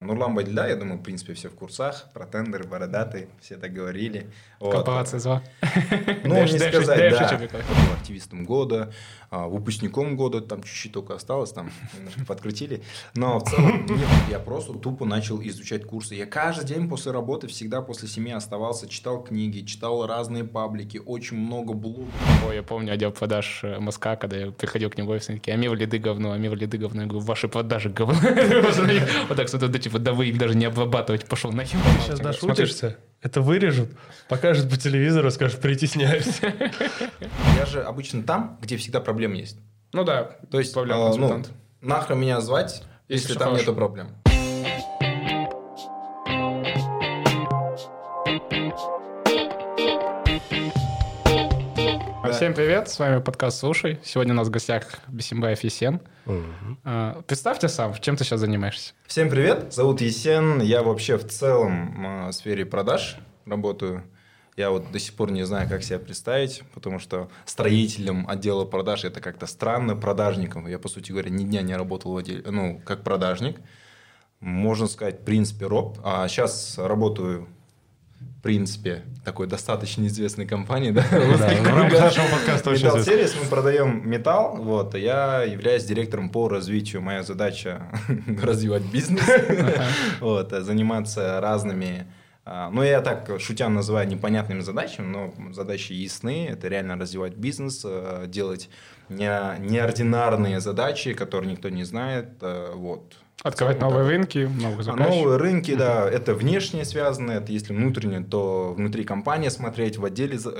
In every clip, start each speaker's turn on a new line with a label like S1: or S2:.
S1: Нурлан Байдельда, я думаю, в принципе, все в курсах. Про тендеры, бородатый, все так говорили.
S2: Корпорация зла.
S1: Ну, не сказать, да. Был активистом года, выпускником года, там чуть-чуть только осталось, там немножко подкрутили. Но в целом, нет, я просто тупо начал изучать курсы. Я каждый день после работы, всегда после 7 оставался, читал книги, читал разные паблики, очень много блогов.
S2: Ой, я помню отдел продаж МСК, когда я приходил к нему, и все такие, Амир лиды говно. Я говорю, ваши продажи говно. Вот так, типа, да вы их даже не обрабатывать, пошел нахер.
S3: Сейчас дошутишься, это вырежут, покажут по телевизору, скажут, притесняюсь.
S1: Я же обычно там, где всегда проблемы есть.
S2: Ну да,
S1: то есть, нахрен меня звать, если там нету проблем.
S2: Всем привет, с вами подкаст «Слушай». Сегодня у нас в гостях Бисимбаев Есен. Представьте сам, чем ты сейчас занимаешься?
S1: Всем привет, зовут Есен. Я вообще в целом в сфере продаж работаю. Я вот до сих пор не знаю, как себя представить, потому что строителем отдела продаж это как-то странно, продажником. Я, по сути говоря, ни дня не работал как продажник. Можно сказать, в принципе, роб. А сейчас работаю в принципе, такой достаточно известной компании, да?
S3: Нашего подкаста очень
S1: Metal Series, мы продаем металл, вот, я являюсь директором по развитию. Моя задача развивать бизнес, вот, заниматься разными, я так шутя называю непонятными задачами, но задачи ясны, это реально развивать бизнес, делать неординарные задачи, которые никто не знает, вот.
S2: Открывать новые рынки, новых заказчиков.
S1: Новые рынки, да, это внешне связано, это если внутренне, то внутри компании смотреть, в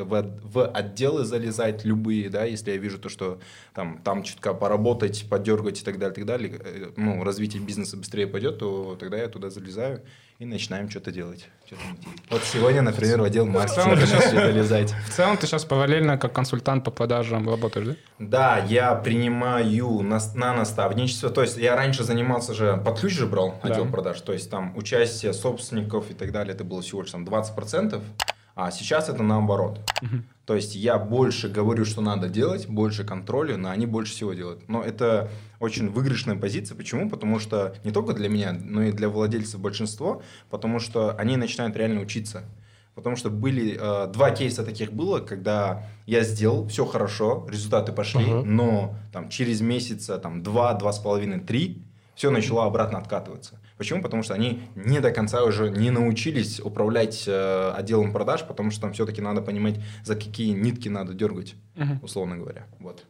S1: отделы залезать любые, да, если я вижу то, что там чутка поработать, подергать и так далее, развитие бизнеса быстрее пойдет, то тогда я туда залезаю и начинаем что-то делать. Вот сегодня, например, в отдел маркетинга начали залезать.
S2: В целом ты сейчас параллельно как консультант по продажам работаешь, да?
S1: Да, я принимаю на наставничество. То есть я раньше занимался же, под ключ же брал отдел продаж. То есть там участие собственников и так далее, это было всего лишь 20%. А сейчас это наоборот. То есть я больше говорю, что надо делать, больше контроля, но они больше всего делают. Но это очень выигрышная позиция. Почему? Потому что не только для меня, но и для владельцев большинство, потому что они начинают реально учиться. Потому что были два кейса таких было, когда я сделал, все хорошо, результаты пошли, но через месяца 2, 2,5, 3 все начало обратно откатываться. Почему? Потому что они не до конца уже не научились управлять отделом продаж, потому что там все-таки надо понимать, за какие нитки надо дергать, условно говоря. Вот.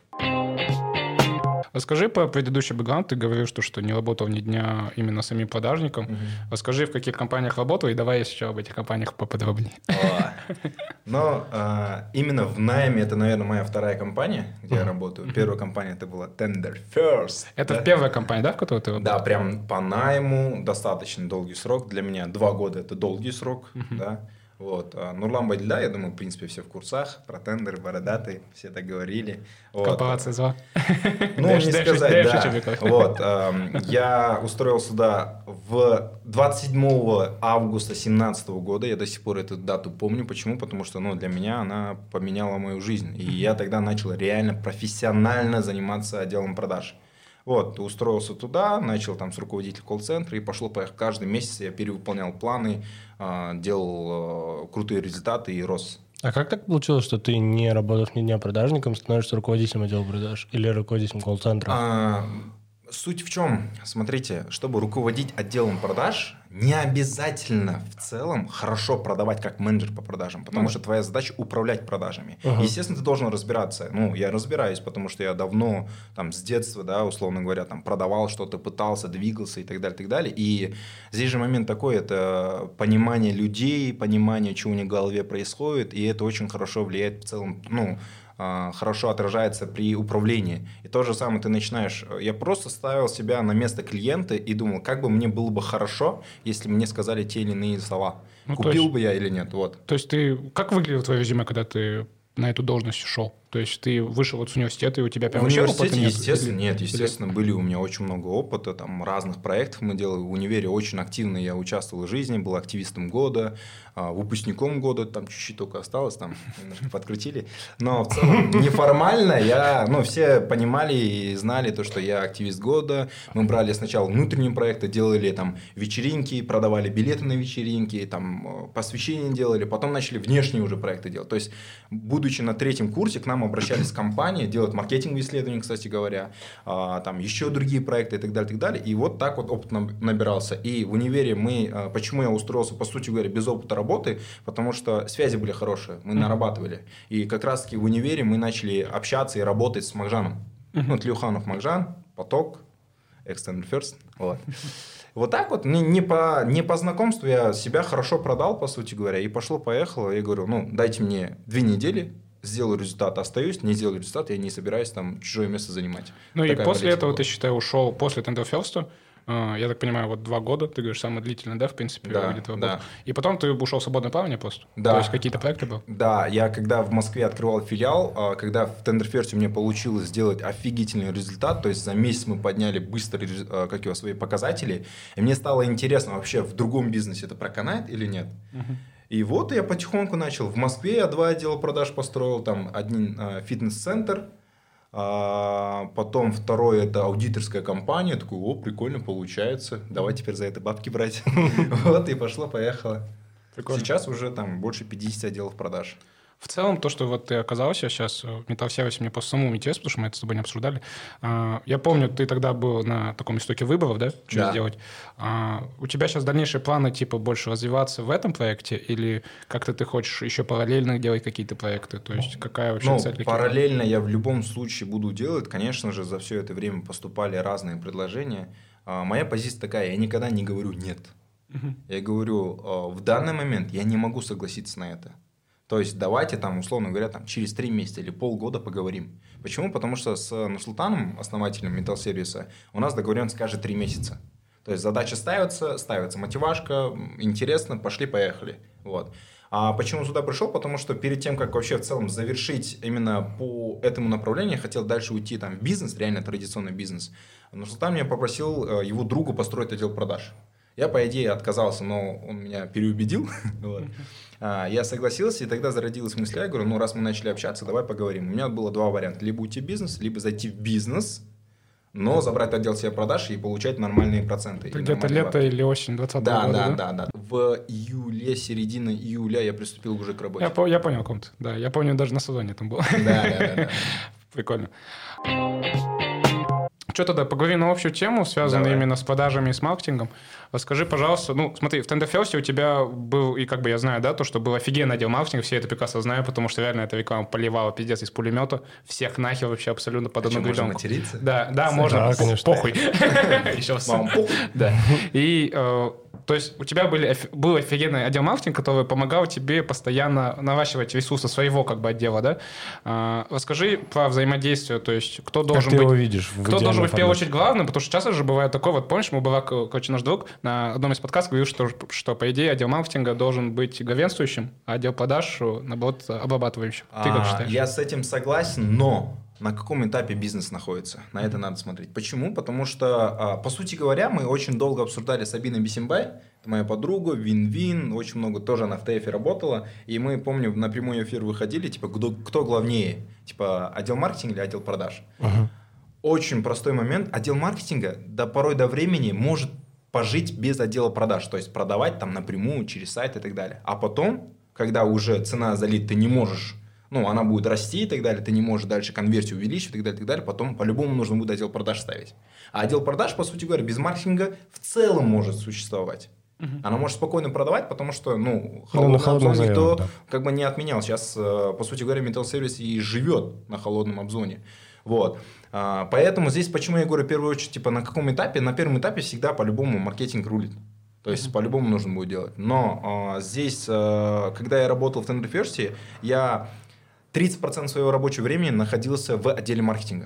S2: Расскажи про предыдущий бэкграунд. Ты говорил, что не работал ни дня именно самим продажником. Расскажи, в каких компаниях работал, и давай еще об этих компаниях поподробнее.
S1: Именно в найме это, наверное, моя вторая компания, где я работаю. Первая компания это была Tender First.
S2: Это первая компания, да, в которой ты работал?
S1: Да, прям по найму достаточно долгий срок. Для меня 2 года это долгий срок, да. Вот. Нурлан Байдельда, я думаю, в принципе, все в курсах. Про тендеры, бородатый, все так говорили.
S2: Корпорация зла.
S1: Не сказать, да. Вот. Я устроился сюда 27 августа 2017 года. Я до сих пор эту дату помню. Почему? Потому что для меня она поменяла мою жизнь. И я тогда начал реально профессионально заниматься отделом продаж. Вот, устроился туда, начал там с руководителя колл-центра и пошло-поехало. Каждый месяц я перевыполнял планы, делал крутые результаты и рос.
S3: А как так получилось, что ты не работаешь ни дня продажником, становишься руководителем отдела продаж или руководителем колл-центра?
S1: Суть в чем? Смотрите, чтобы руководить отделом продаж, не обязательно в целом хорошо продавать как менеджер по продажам, потому что твоя задача управлять продажами. Естественно, ты должен разбираться. Я разбираюсь, потому что я давно с детства, да, условно говоря, продавал что-то, пытался, двигался и так далее, и так далее. И здесь же момент такой, это понимание людей, понимание, что у них в голове происходит, и это очень хорошо влияет в целом, хорошо отражается при управлении. И то же самое ты начинаешь... Я просто ставил себя на место клиента и думал, как бы мне было бы хорошо, если мне сказали те или иные слова. Купил бы я или нет. Вот.
S2: То есть как выглядело твое резюме, когда ты на эту должность шел? То есть ты вышел вот с университета, и у тебя прям
S1: в
S2: вообще
S1: университете,
S2: опыта нет?
S1: естественно, естественно, были у меня очень много опыта, там разных проектов мы делали. В универе очень активно я участвовал в жизни, был активистом года, выпускником года, там чуть-чуть только осталось, там немножко подкрутили. Но в целом неформально все понимали и знали то, что я активист года. Мы брали сначала внутренние проекты, делали там вечеринки, продавали билеты на вечеринки, там посвящения делали, потом начали внешние уже проекты делать. То есть, будучи на 3-м курсе, к нам обращались компании, делать маркетинговые исследования, кстати говоря, там еще другие проекты и так далее, и так далее. И вот так вот опыт набирался. И в универе почему я устроился, по сути говоря, без опыта работы, потому что связи были хорошие, мы нарабатывали. И как раз-таки в универе мы начали общаться и работать с Макжаном. Тлеуханов Макжан, Поток, Extended First. Вот так вот, не по знакомству я себя хорошо продал, по сути говоря, и пошло-поехало. Я говорю, дайте мне 2 недели, сделаю результат, остаюсь, не сделаю результат, я не собираюсь там чужое место занимать.
S2: И после этого ты, считай, ушел после Tender First, я так понимаю, вот 2 года, ты говоришь, самое длительное, да, в принципе, где-то да. И потом ты ушел в свободное плавание просто?
S1: Да.
S2: То есть какие-то проекты были?
S1: Да, я когда в Москве открывал филиал, когда в Tender First мне получилось сделать офигительный результат, то есть за месяц мы подняли быстро свои показатели, и мне стало интересно, вообще в другом бизнесе это проканает или нет. И вот я потихоньку начал. В Москве я 2 отдела продаж построил, там один фитнес-центр, потом 2-й это аудиторская компания. Такой, прикольно получается, давай теперь за это бабки брать. Вот и пошло-поехало. Сейчас уже там больше 50 отделов продаж.
S2: В целом, то, что вот ты оказался сейчас в металлсервисе, мне просто самому интересно, потому что мы это с тобой не обсуждали. Я помню, ты тогда был на таком истоке выборов, да? Что сделать? У тебя сейчас дальнейшие планы, типа, больше развиваться в этом проекте? Или как-то ты хочешь еще параллельно делать какие-то проекты? То есть, какая вообще цель?
S1: Параллельно я в любом случае буду делать. Конечно же, за все это время поступали разные предложения. Моя позиция такая, я никогда не говорю «нет». Я говорю, в данный момент я не могу согласиться на это. То есть, давайте там, условно говоря, через 3 месяца или полгода поговорим. Почему? Потому что с Нурсултаном, основателем металлсервиса, у нас договоренность каждые 3 месяца. То есть, задача ставится мотивашка, интересно, пошли-поехали. Вот. А почему сюда пришел? Потому что перед тем, как вообще в целом завершить именно по этому направлению, я хотел дальше уйти в бизнес, реально традиционный бизнес. Нурсултан меня попросил его другу построить отдел продаж. Я, по идее, отказался, но он меня переубедил. Я согласился, и тогда зародилась мысль, я говорю, раз мы начали общаться, давай поговорим. У меня было 2 варианта, либо уйти в бизнес, либо зайти в бизнес, но забрать отдел себе продаж и получать нормальные проценты.
S2: Где-то лето или осень 2020 года,
S1: да. В середине июля я приступил уже к работе.
S2: Я понял, ком-то. Да, я помню, даже на сезоне там был.
S1: Да.
S2: Прикольно. Что тогда, поговорим на общую тему, связанную именно с продажами и с маркетингом. Расскажи, пожалуйста, смотри, в Tender First у тебя был, и я знаю, да, то, что был офигенный отдел маркетинга, все это прекрасно знаю, потому что реально эта реклама поливала пиздец из пулемета, всех нахер вообще абсолютно под одну гребенку.
S1: Можно материться?
S2: Да, можно,
S3: конечно.
S2: Похуй. Еще раз. Вам похуй? Да. И, то есть, у тебя был офигенный отдел маркетинга, который помогал тебе постоянно наращивать ресурсы своего отдела, да? Расскажи про взаимодействие, то есть, кто должен быть...
S3: его видишь
S2: кто должен быть в первую очередь главным, потому что часто же бывает такое, помнишь, наш друг на одном из подкастов говорил, что по идее отдел маркетинга должен быть главенствующим, а отдел продаж, наоборот, обрабатывающим. Ты как считаешь?
S1: Я с этим согласен, но на каком этапе бизнес находится? На это надо смотреть. Почему? Потому что, по сути говоря, мы очень долго обсуждали с Абиной Бисимбай, это моя подруга, Вин-Вин, очень много тоже она в ТФ работала, и мы, помню, на прямой эфир выходили, кто главнее, отдел маркетинга или отдел продаж. Очень простой момент. Отдел маркетинга порой до времени может пожить без отдела продаж, то есть продавать напрямую через сайт и так далее. А потом, когда уже цена за лид ты не можешь, она будет расти и так далее, ты не можешь дальше конверсию увеличивать и так далее, потом по-любому нужно будет отдел продаж ставить. А отдел продаж, по сути говоря, без маркетинга в целом может существовать. Она может спокойно продавать, потому что, холодный обзор никто не отменял. Сейчас, по сути говоря, металлсервис и живет на холодном обзоне. Вот. Поэтому здесь, почему я говорю, в первую очередь, на каком этапе? На первом этапе всегда по-любому маркетинг рулит. То есть, по-любому нужно будет делать. Но здесь, когда я работал в Tender First, я 30% своего рабочего времени находился в отделе маркетинга.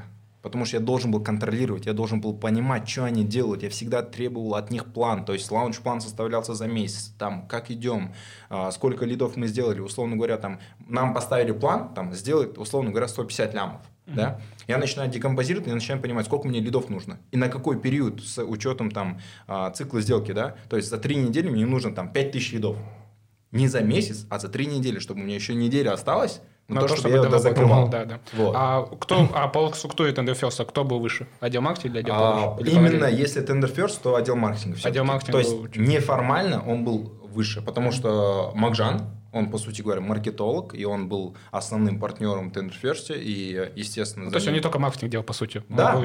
S1: Потому что я должен был контролировать, я должен был понимать, что они делают. Я всегда требовал от них план. То есть лаунч-план составлялся за месяц. Там, как идем, сколько лидов мы сделали. Условно говоря, там, нам поставили план там, сделать, условно говоря, 150 лямов. Да? Я начинаю декомпозировать, я начинаю понимать, сколько мне лидов нужно. И на какой период с учетом там, цикла сделки. Да? То есть за 3 недели мне нужно там, 5000 лидов. Не за месяц, а за 3 недели, чтобы у меня еще неделя осталась.
S2: На то, чтобы я это закрывал. Да. Вот. По структуре Tender First кто был выше? Отдел маркетинга или отдел продаж?
S1: Именно если Tender First, то отдел маркетинга.
S2: Отдел маркетинга.
S1: То есть неформально он был выше, потому что Макжан, он, по сути говоря, маркетолог, и он был основным партнером Tender First, и, естественно...
S2: То есть он не только маркетинг делал, по сути?
S1: Да,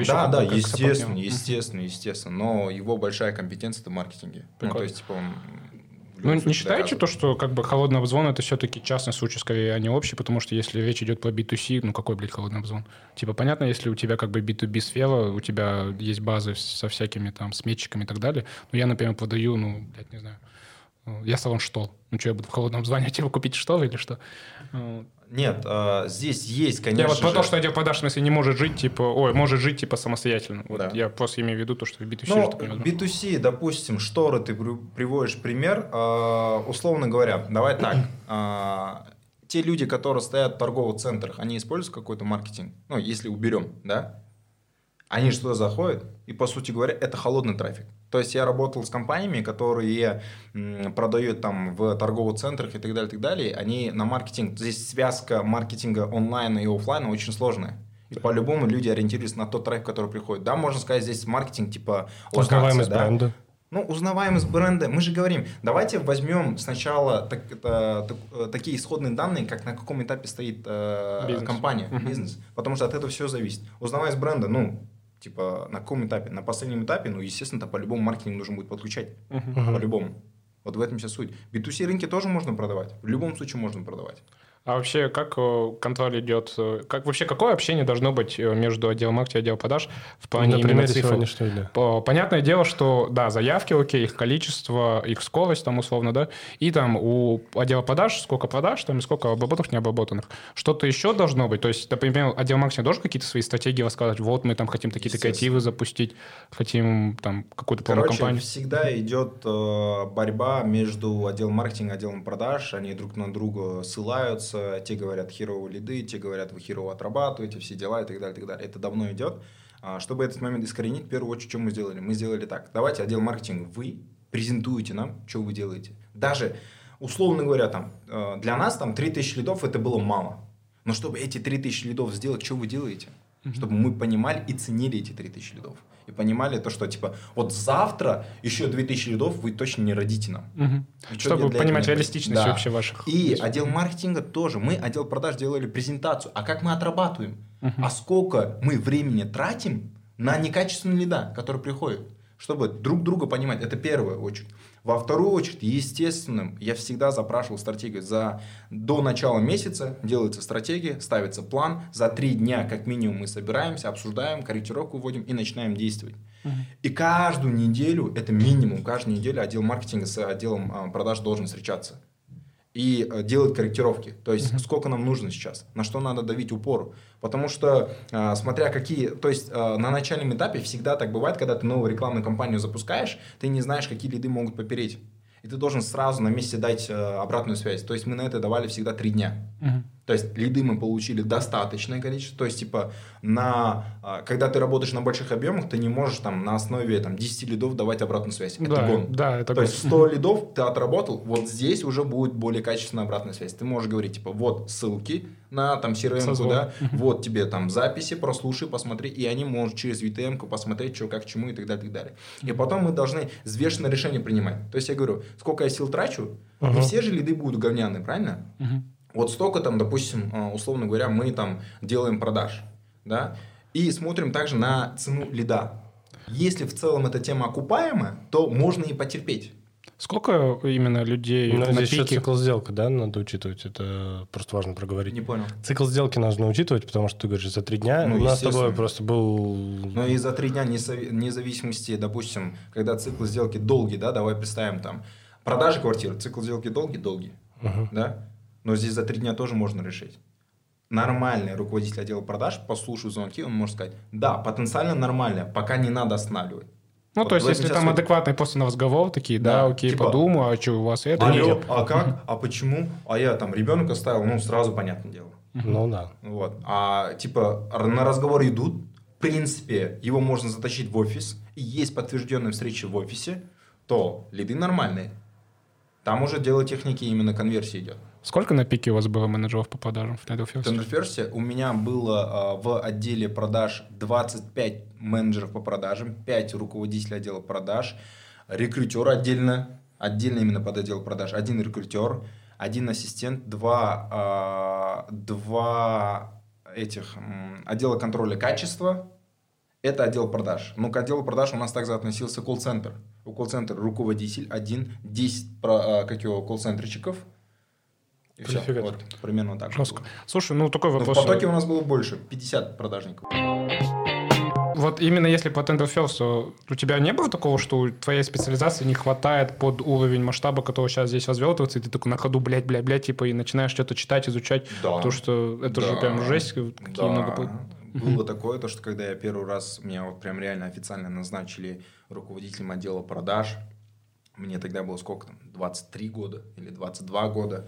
S1: естественно, но его большая компетенция – это в маркетинге.
S2: Ну,
S1: то есть, типа, он...
S2: Ну, не считаете то, что как бы холодный обзвон это все-таки частный случай, скорее, а не общий, потому что если речь идет про B2C, ну какой, блядь, холодный обзвон? Типа, понятно, если у тебя как бы B2B сфера, у тебя есть базы со всякими там сметчиками и так далее, но я, например, продаю, ну, блядь, не знаю, я салон штол. Ну что, я буду в холодном обзвоне типа купить штол или что?
S1: Нет, здесь есть, конечно.
S2: Я вот про то, что отдел продаж, в смысле, не может жить, типа, может жить, типа, самостоятельно. Вот
S1: да.
S2: Я просто имею в виду то, что в B2C
S1: ну,
S2: же такое невозможно.
S1: B2C, допустим, шторы, ты приводишь пример, условно говоря, давай так, те люди, которые стоят в торговых центрах, они используют какой-то маркетинг, ну, если уберем, да? Они же туда заходят, и, по сути говоря, это холодный трафик. То есть я работал с компаниями, которые продают там в торговых центрах и так далее, они на маркетинг, здесь связка маркетинга онлайн и офлайна очень сложная. И по-любому люди ориентируются на тот трафик, который приходит. Да, можно сказать, здесь маркетинг типа локация.
S3: Узнаваемость бренда.
S1: Ну, узнаваемость бренда. Мы же говорим, давайте возьмем сначала такие исходные данные, как на каком этапе стоит компания, бизнес. Потому что от этого все зависит. Узнаваемость бренда, ну, типа, на каком этапе? На последнем этапе, ну, естественно, по-любому маркетинг нужно будет подключать. По-любому. Вот в этом вся суть. B2C рынки тоже можно продавать. В любом случае можно продавать.
S2: А вообще, как контроль идет? Какое общение должно быть между отделом маркетинга и отделом продаж в плане именно цифр? Понятное дело, что, да, заявки, окей, их количество, их скорость, там, условно, да, и там у отдела продаж сколько продаж, там, и сколько обработанных, необработанных. Что-то еще должно быть? То есть, например, отдел маркетинга должен какие-то свои стратегии рассказывать? Вот мы там хотим такие-то креативы запустить, хотим там какую-то полную компанию.
S1: Всегда идет борьба между отделом маркетинга и отделом продаж, они друг на друга ссылаются, те говорят херовые лиды, те говорят вы херово отрабатываете, все дела и так далее, и так далее. Это давно идет. Чтобы этот момент искоренить, в первую очередь, что мы сделали? Мы сделали так. Давайте отдел маркетинга, вы презентуете нам, что вы делаете. Даже, условно говоря, там, для нас там 3000 лидов это было мало. Но чтобы эти 3000 лидов сделать, что вы делаете? Чтобы мы понимали и ценили эти 3000 лидов. И понимали то, что типа вот завтра еще 2000 лидов вы точно не родите нам.
S2: Чтобы понимать реалистичность вообще ваших.
S1: И отдел маркетинга тоже. Мы, отдел продаж, делали презентацию. А как мы отрабатываем? А сколько мы времени тратим на некачественные лида, которые приходят? Чтобы друг друга понимать. Это первая очередь. Во вторую очередь, естественно, я всегда запрашивал стратегию. До начала месяца делается стратегия, ставится план. За 3 дня как минимум мы собираемся, обсуждаем, корректировку вводим и начинаем действовать. И каждую неделю, это минимум, каждую неделю отдел маркетинга с отделом продаж должен встречаться. И делать корректировки. То есть, сколько нам нужно сейчас, на что надо давить упору. Потому что, смотря какие... То есть, на начальном этапе всегда так бывает, когда ты новую рекламную кампанию запускаешь, ты не знаешь, какие лиды могут попереть. И ты должен сразу на месте дать обратную связь. То есть, мы на это давали всегда 3 дня. То есть, лиды мы получили достаточное количество. То есть, типа, когда ты работаешь на больших объемах, ты не можешь там, на основе 10 лидов давать обратную связь. Это гон.
S2: Да, это
S1: То есть, 100 лидов ты отработал, вот здесь уже будет более качественная обратная связь. Ты можешь говорить, типа, вот ссылки на там CRM-ку, да, вот тебе там записи, прослушай, посмотри, и они могут через VTM-ку посмотреть, что, как, чему и так далее, и так далее. И потом мы должны взвешенное решение принимать. То есть, я говорю, сколько я сил трачу, не все же лиды будут говняные, правильно? Вот столько там, допустим, условно говоря, мы там делаем продаж, да, и смотрим также на цену лида. Если в целом эта тема окупаемая, то можно и потерпеть.
S2: Сколько именно людей
S3: на
S2: здесь
S3: пике? Еще цикл сделки, да, надо учитывать. Это просто важно проговорить.
S1: Не понял.
S3: Цикл сделки нужно учитывать, потому что ты говоришь, за 3 дня у нас с тобой просто был...
S1: Ну и за 3 дня независимости, допустим, когда цикл сделки долгий, да, давай представим там, продажи квартиры, цикл сделки долгий, да, но здесь за 3 дня тоже можно решить. нормальный руководитель отдела продаж, послушав звонки, он может сказать, да, потенциально нормально, пока не надо останавливать.
S2: Ну, вот то есть, если там адекватный после на разговор, такие, да, окей, типа, подумаю, а что у вас это?
S1: А как? А почему? А я там ребенка оставил, ну, сразу понятное дело.
S3: Ну, да.
S1: Вот. А, типа, на разговор идут, в принципе, его можно затащить в офис, и есть подтвержденные встречи в офисе, то лиды нормальные. Там уже дело техники именно конверсии идет.
S2: Сколько на пике у вас было менеджеров по продажам в TenderFirst?
S1: В TenderFirst у меня было в отделе продаж 25 менеджеров по продажам, 5 руководителей отдела продаж, рекрутер отдельно именно под отдел продаж, 1 рекрутер, 1 ассистент, 2 отдела контроля качества. Это отдел продаж. Но к отделу продаж у нас также относился колл-центр. У колл-центра руководитель 1, 10 колл-центрщиков. И все. Вот, примерно так.
S2: Жестко. Слушай, ну такой вопрос.
S1: В потоке у нас было больше, 50 продажников.
S2: Вот именно если по TenderFirst, у тебя не было такого, что у твоей специализации не хватает под уровень масштаба, который сейчас здесь развертывается, и ты такой на ходу, блядь, типа, и начинаешь что-то читать, изучать,
S1: да.
S2: Потому что это же прям жесть, какие много...
S1: Было такое, то, что когда я первый раз, меня вот прям реально официально назначили руководителем отдела продаж, мне тогда было сколько там, 23 года или 22 года,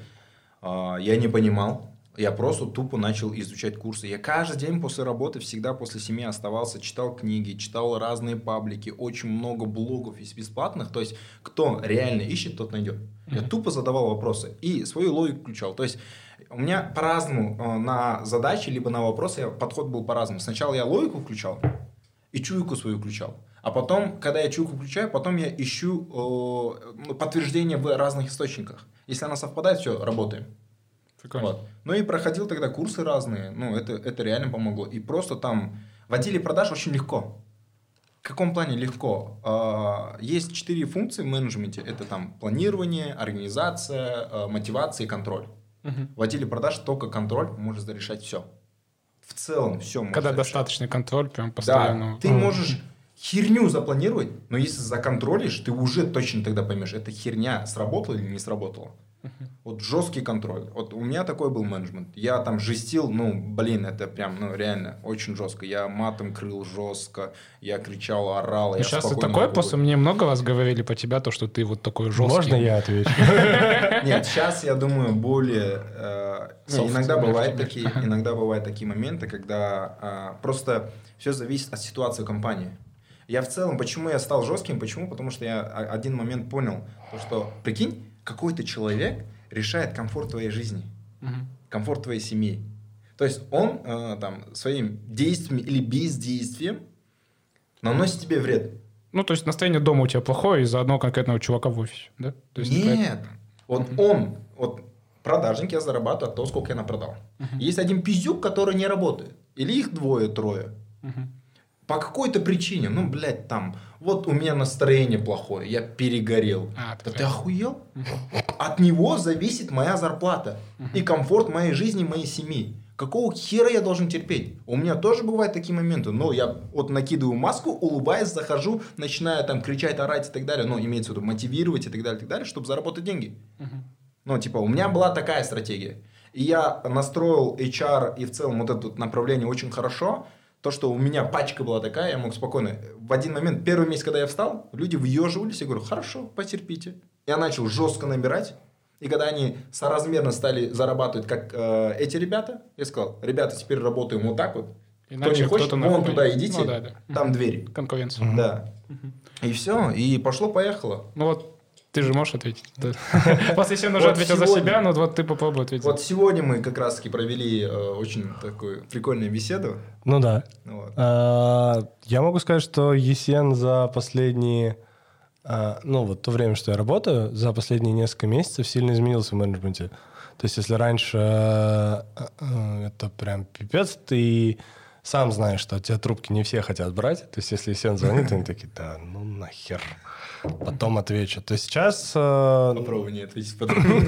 S1: я не понимал, я просто тупо начал изучать курсы. Я каждый день после работы, всегда после 7 оставался, читал книги, читал разные паблики, очень много блогов из бесплатных. То есть, кто реально ищет, тот найдет. Я тупо задавал вопросы и свою логику включал. То есть, у меня по-разному на задачи, либо на вопросы подход был по-разному. Сначала я логику включал и чуйку свою включал. А потом, когда я чуйку включаю, потом я ищу подтверждение в разных источниках. Если она совпадает, все, работаем. Вот. Ну и проходил тогда курсы разные, ну это реально помогло. И просто там в отделе продаж очень легко. В каком плане легко? Есть 4 функции в менеджменте. Это там планирование, организация, мотивация и контроль. В отделе продаж только контроль может решать все. В целом все может
S2: Когда
S1: решать.
S2: достаточный контроль, прям постоянно.
S1: Да, ты можешь херню запланировать, но если законтролишь, ты уже точно тогда поймешь, эта херня сработала или не сработала. Вот жесткий контроль. Вот у меня такой был менеджмент. Я там жестил, это прям, реально очень жестко. Я матом крыл жестко, я кричал, орал.
S2: Сейчас ты такой, просто мне много раз говорили по тебя, то, что ты вот такой жесткий.
S3: Можно я отвечу?
S1: Нет, сейчас я думаю более... Иногда бывают такие моменты, когда просто все зависит от ситуации компании. Я в целом, почему я стал жестким? Почему? Потому что я один момент понял, что, прикинь, какой-то человек решает комфорт твоей жизни, комфорт твоей семьи. То есть он своим действием или бездействием наносит тебе вред.
S2: Ну, то есть настроение дома у тебя плохое из-за одного конкретного чувака в офисе, да? То есть
S1: нет. Вот продажник я зарабатываю от того, сколько я напродал. Есть один пиздюк, который не работает. Или их 2-3. По какой-то причине, вот у меня настроение плохое, я перегорел. Да ты охуел? От него зависит моя зарплата и комфорт моей жизни, моей семьи. Какого хера я должен терпеть? У меня тоже бывают такие моменты, но я накидываю маску, улыбаюсь, захожу, начинаю кричать, орать и так далее, имеется в виду мотивировать и так далее, чтобы заработать деньги. У меня была такая стратегия. И я настроил HR и в целом вот это направление очень хорошо. То, что у меня пачка была такая, я мог спокойно... В один момент, первый месяц, когда я встал, люди въеживались, я говорю, хорошо, потерпите. Я начал жестко набирать. И когда они соразмерно стали зарабатывать, как эти ребята, я сказал, ребята, теперь работаем вот так вот.
S2: Иначе
S1: кто не хочет, вон туда идите, там двери.
S2: Конкуренция.
S1: Да. И все, и пошло-поехало.
S2: Ну вот, ты же можешь ответить. После всего уже ответил за себя, но вот ты попробуй ответить.
S1: Вот сегодня мы как раз-таки провели очень такую прикольную беседу.
S3: Ну да.
S1: Вот.
S3: Я могу сказать, что Есен за последние... то время, что я работаю, за последние несколько месяцев сильно изменился в менеджменте. То есть, если раньше это прям пипец, ты сам знаешь, что от тебя трубки не все хотят брать. То есть, если Есен звонит, они такие, да, ну нахер. Потом отвечу. То есть сейчас...
S1: Попробуй не ответить по-другому.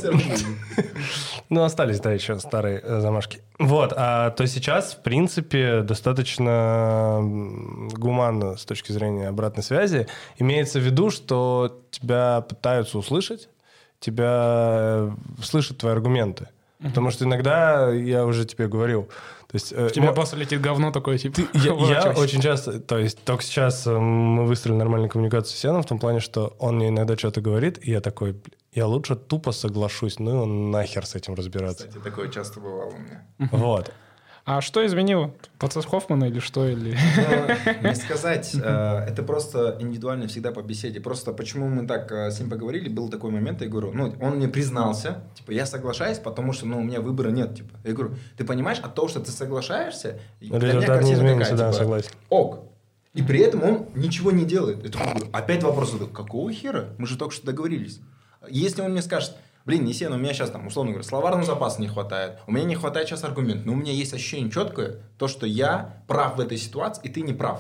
S3: Остались, да, еще старые замашки. Вот. То сейчас, в принципе, достаточно гуманно с точки зрения обратной связи. Имеется в виду, что тебя пытаются услышать, тебя слышат твои аргументы. Потому что иногда, я уже тебе говорил... То есть,
S2: в тебя просто летит говно такое, типа...
S3: Я очень часто... То есть только сейчас мы выстроили нормальную коммуникацию с Яном в том плане, что он мне иногда что-то говорит, и я такой... Я лучше тупо соглашусь, ну и нахер с этим разбираться.
S1: Кстати, такое часто бывало у меня.
S3: Вот.
S2: А что изменило? Процесс Хоффмана или что? Или...
S1: Не сказать, это просто индивидуально всегда по беседе. Просто почему мы так с ним поговорили, был такой момент, я говорю, ну, он мне признался, типа, я соглашаюсь, потому что, ну, у меня выбора нет, типа. Я говорю, ты понимаешь, от того, что ты соглашаешься, для меня картина такая,
S3: да,
S1: типа,
S3: согласен.
S1: ок. И при этом он ничего не делает. Я такой говорю, опять вопрос, какого хера? Мы же только что договорились. Если он мне скажет, блин, Есен, у меня сейчас там, условно говоря, словарного запаса не хватает, у меня не хватает сейчас аргументов, но у меня есть ощущение четкое, то, что я прав в этой ситуации, и ты не прав.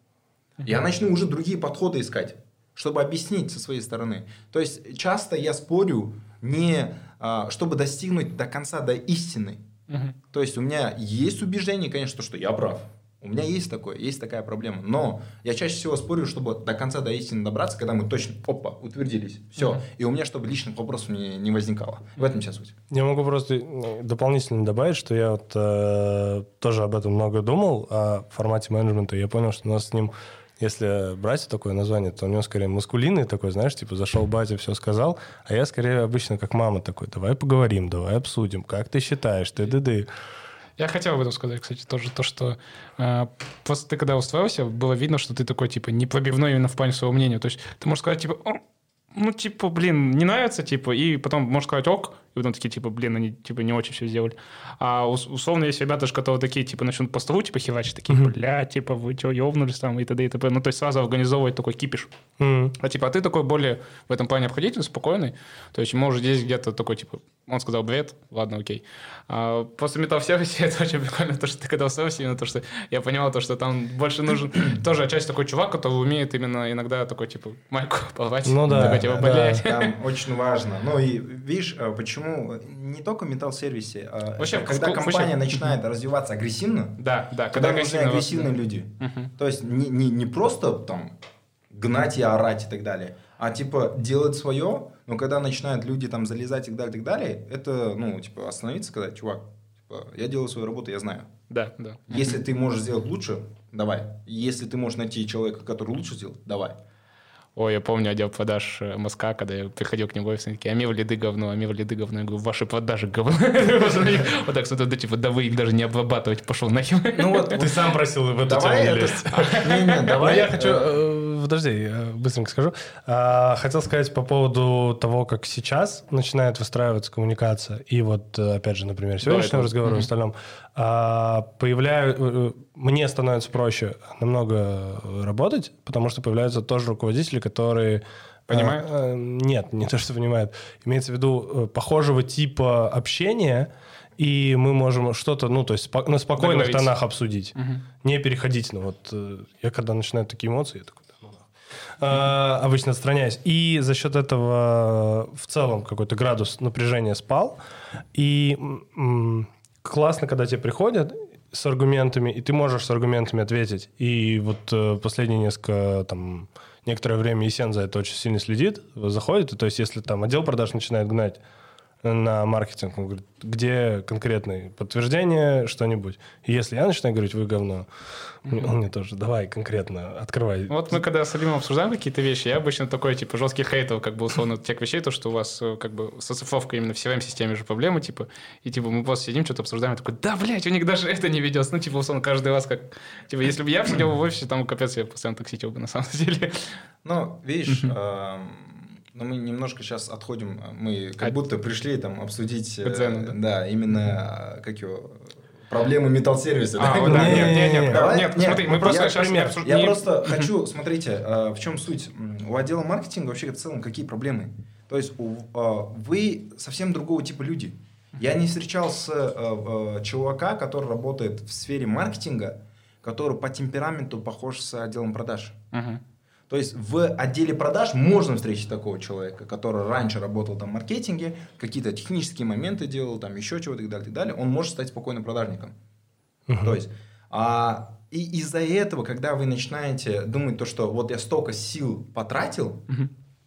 S1: Я начну уже другие подходы искать, чтобы объяснить со своей стороны. То есть, часто я спорю не чтобы достигнуть до конца, до истины. То есть, у меня есть убеждение, конечно, что я прав. У меня есть такая проблема. Но я чаще всего спорю, чтобы до конца, до истины добраться, когда мы точно, утвердились. Все. И у меня, чтобы лишних вопросов не возникало. В этом вся суть.
S3: Я могу просто дополнительно добавить, что я вот тоже об этом много думал, о формате менеджмента. Я понял, что у нас с ним, если брать такое название, то у него скорее маскулинный такой, знаешь, типа зашел батя, все сказал, а я скорее обычно как мама такой, давай поговорим, давай обсудим, как ты считаешь, ты-ды-ды.
S2: Я хотел об этом сказать, кстати, тоже то, что просто ты когда устроился, было видно, что ты такой, типа, непробивной именно в плане своего мнения. То есть ты можешь сказать, типа, ну, типа, блин, не нравится, типа, и потом можешь сказать ок, и потом такие, типа, блин, они, типа, не очень все сделали. А условно есть ребята, которые такие, типа, начнут по столу, типа, херачить, такие, бля, типа, вы что, ёбнулись там, и т.д. и т.п. Ну, то есть сразу организовывать такой кипиш. А, типа, ты такой более в этом плане обходительный, спокойный, то есть, может, здесь где-то такой, типа, он сказал бред, ладно, окей. А после Metal Service это очень прикольно, то, что ты когда устроился, именно то, что я понимал, то, что там больше нужен тоже отчасти такой чувак, который умеет именно иногда такой, типа, майку порвать.
S3: Ну да,
S2: такой, типа, блядь.
S1: Там очень важно. Ну и видишь, почему не только в Metal Service,
S2: вообще,
S1: когда компания начинает развиваться агрессивно,
S2: да,
S1: когда нужны агрессивные люди. То есть не просто там гнать и орать и так далее, а типа делать свое, но когда начинают люди там залезать и так далее, это, ну, типа, остановиться, сказать, чувак, типа, я делаю свою работу, я знаю.
S2: Да, да.
S1: Если ты можешь сделать лучше, давай. Если ты можешь найти человека, который лучше сделает, давай.
S2: Ой, я помню отдел продаж МСК, когда я приходил к нему, и такие, Амир лиды говно. Я говорю, ваши продажи говно. Вот так, что-то, типа, да вы их даже не обрабатывать, пошел нахер.
S3: Ну вот, ты сам просил в эту тему не лезть.
S1: Не, давай.
S3: Я хочу, подожди, быстренько скажу. Хотел сказать по поводу того, как сейчас начинает выстраиваться коммуникация, и вот, опять же, например, сегодняшнего разговора в остальном, мне становится проще намного работать, потому что появляются тоже руководители, которые...
S2: Понимают?
S3: Нет, не то, что понимают. Имеется в виду похожего типа общения, и мы можем что-то, ну, то есть на спокойных тонах обсудить. Не переходить. Ну, вот я когда начинаю такие эмоции, я такой, обычно отстраняюсь. И за счет этого в целом какой-то градус напряжения спал. И классно, когда тебе приходят с аргументами, и ты можешь с аргументами ответить. И вот последние некоторое время Есен за это очень сильно следит, заходит. И, то есть если там отдел продаж начинает гнать на маркетинг, он говорит, где конкретные подтверждения, что-нибудь. И если я начинаю говорить, вы говно, он мне тоже, давай конкретно, открывай.
S2: Вот мы когда с Алимом обсуждаем какие-то вещи, я обычно такой, типа, жесткий хейтер, как бы, условно, тех вещей, то, что у вас, как бы, с оцифровкой именно в CRM-системе же проблемы, типа, и, типа, мы просто сидим, что-то обсуждаем, и такой, да, блядь, у них даже это не ведется. Ну, типа, условно, каждый раз как... Типа, если бы я сидел в офисе, там, капец, я постоянно токсичил бы, на самом деле.
S1: Ну, видишь... Но мы немножко сейчас отходим, мы как будто пришли там обсудить, да, именно проблемы металл-сервиса.
S2: Нет, смотри, мы просто сейчас...
S1: Я просто хочу, смотрите, в чем суть. У отдела маркетинга вообще в целом какие проблемы? То есть вы совсем другого типа люди. Я не встречал с чувака, который работает в сфере маркетинга, который по темпераменту похож с отделом продаж. То есть в отделе продаж можно встретить такого человека, который раньше работал там в маркетинге, какие-то технические моменты делал, там еще чего-то и так далее, и так далее. Он может стать спокойно продажником. То есть, и из-за этого, когда вы начинаете думать, то, что вот я столько сил потратил,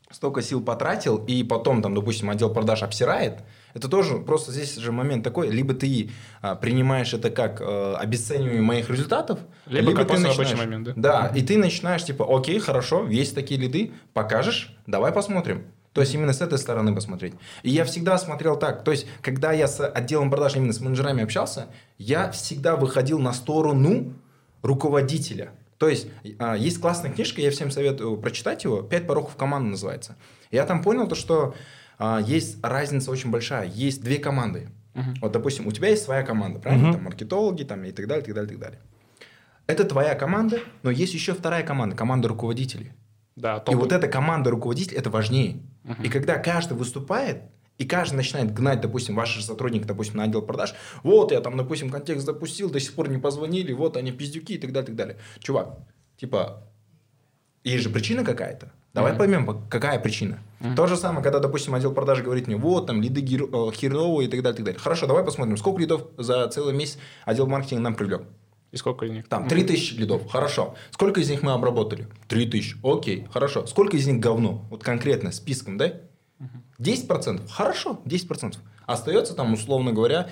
S1: столько сил потратил, и потом, там, допустим, отдел продаж обсирает, это тоже просто здесь же момент такой, либо ты принимаешь это как обесценивание моих результатов,
S2: либо
S1: ты начинаешь...
S2: момент, да?
S1: Да, и ты начинаешь, типа, окей, хорошо, есть такие лиды, покажешь, давай посмотрим. То есть именно с этой стороны посмотреть. И я всегда смотрел так, то есть когда я с отделом продаж, именно с менеджерами общался, я всегда выходил на сторону руководителя. То есть есть классная книжка, я всем советую прочитать его, «5 пороков команды» называется. Я там понял то, что есть разница очень большая. Есть две команды. Вот, допустим, у тебя есть своя команда, правильно? Там маркетологи там, и так далее, так далее, так далее. Это твоя команда, но есть еще вторая команда, команда руководителей.
S2: Да,
S1: и вот эта команда руководителей, это важнее. И когда каждый выступает, и каждый начинает гнать, допустим, ваши сотрудники, допустим, на отдел продаж, вот я там, допустим, контекст запустил, до сих пор не позвонили, вот они пиздюки и так далее, так далее. Чувак, типа, есть же причина какая-то. Давай поймем, какая причина. То же самое, когда, допустим, отдел продаж говорит мне, вот, там, лиды херовые и так далее, так далее. Хорошо, давай посмотрим, сколько лидов за целый месяц отдел маркетинга нам привлек.
S2: И сколько из них?
S1: Там 3000 лидов, хорошо. Сколько из них мы обработали? 3000, окей, хорошо. Сколько из них говно? Вот конкретно, списком, да? 10%? Хорошо, 10%. Остается там, условно говоря,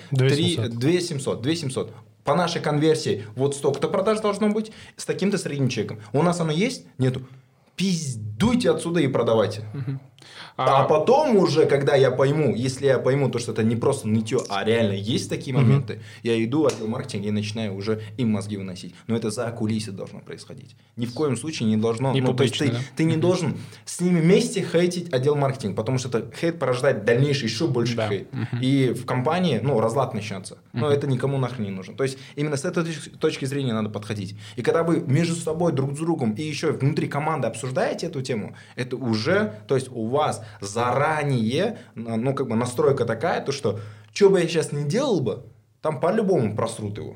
S1: 2700. По нашей конверсии вот столько-то продаж должно быть с таким-то средним чеком. У нас оно есть? Нету. Пиздуйте отсюда и продавайте. А потом уже, когда я пойму, если я пойму, то, что это не просто нытье, а реально есть такие моменты, я иду в отдел маркетинга и начинаю уже им мозги выносить. Но это за кулисы должно происходить. Ни в коем случае не должно...
S2: Не публично,
S1: то есть ты не должен с ними вместе хейтить отдел маркетинга, потому что это хейт порождает дальнейший еще больше хейт. И в компании, разлад начнется. Но это никому нахрен не нужно. То есть именно с этой точки зрения надо подходить. И когда вы между собой, друг с другом и еще внутри команды обсуждаете эту тему, это уже, то есть у вас заранее, настройка такая, то что бы я сейчас не делал бы, там по-любому просрут его.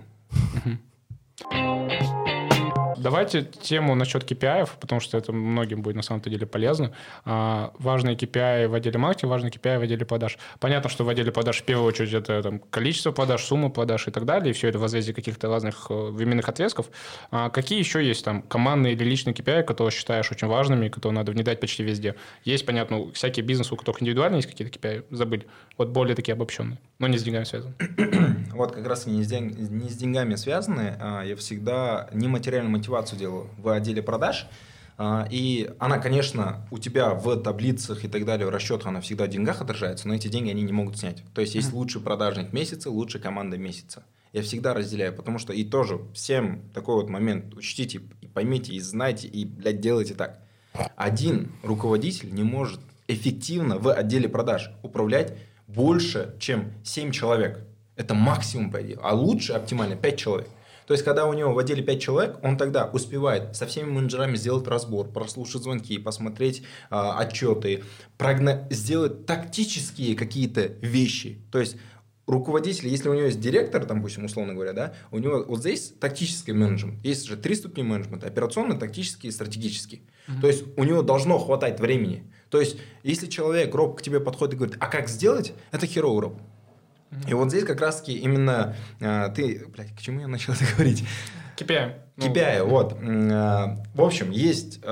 S2: Давайте тему насчет KPI, потому что это многим будет на самом деле полезно. Важные KPI в отделе маркетинга, важные KPI в отделе продаж. Понятно, что в отделе продаж в первую очередь это там, количество продаж, сумма продаж и так далее, и все это в разрезе каких-то разных временных отрезков. Какие еще есть там командные или личные KPI, которые считаешь очень важными, которые надо внедрять почти везде? Есть, понятно, всякие бизнесы, у которых индивидуально есть какие-то KPI, забыли. Вот более такие обобщенные, но не с деньгами связаны.
S1: Вот как раз не с деньгами связаны. Я всегда нематериальную мотивацию делаю в отделе продаж. И она, конечно, у тебя в таблицах и так далее, в расчетах, она всегда в деньгах отражается, но эти деньги они не могут снять. То есть есть лучший продажник месяца, лучшая команда месяца. Я всегда разделяю, потому что и тоже всем такой вот момент учтите, и поймите, и знайте, и, делайте так. Один руководитель не может эффективно в отделе продаж управлять больше, чем 7 человек. Это максимум, по идее. А лучше, оптимально, 5 человек. То есть, когда у него в отделе 5 человек, он тогда успевает со всеми менеджерами сделать разбор, прослушать звонки, посмотреть отчеты, сделать тактические какие-то вещи. То есть, руководитель, если у него есть директор, там, допустим, условно говоря, да, у него вот здесь тактический менеджмент. Есть же 3 ступени менеджмента: операционный, тактический и стратегический. То есть, у него должно хватать времени. То есть, если человек, роб, к тебе подходит и говорит, а как сделать, это херовый роб. И вот здесь как раз-таки именно ты... Блядь, к чему я начал это говорить?
S2: KPI.
S1: KPI, вот. В общем, есть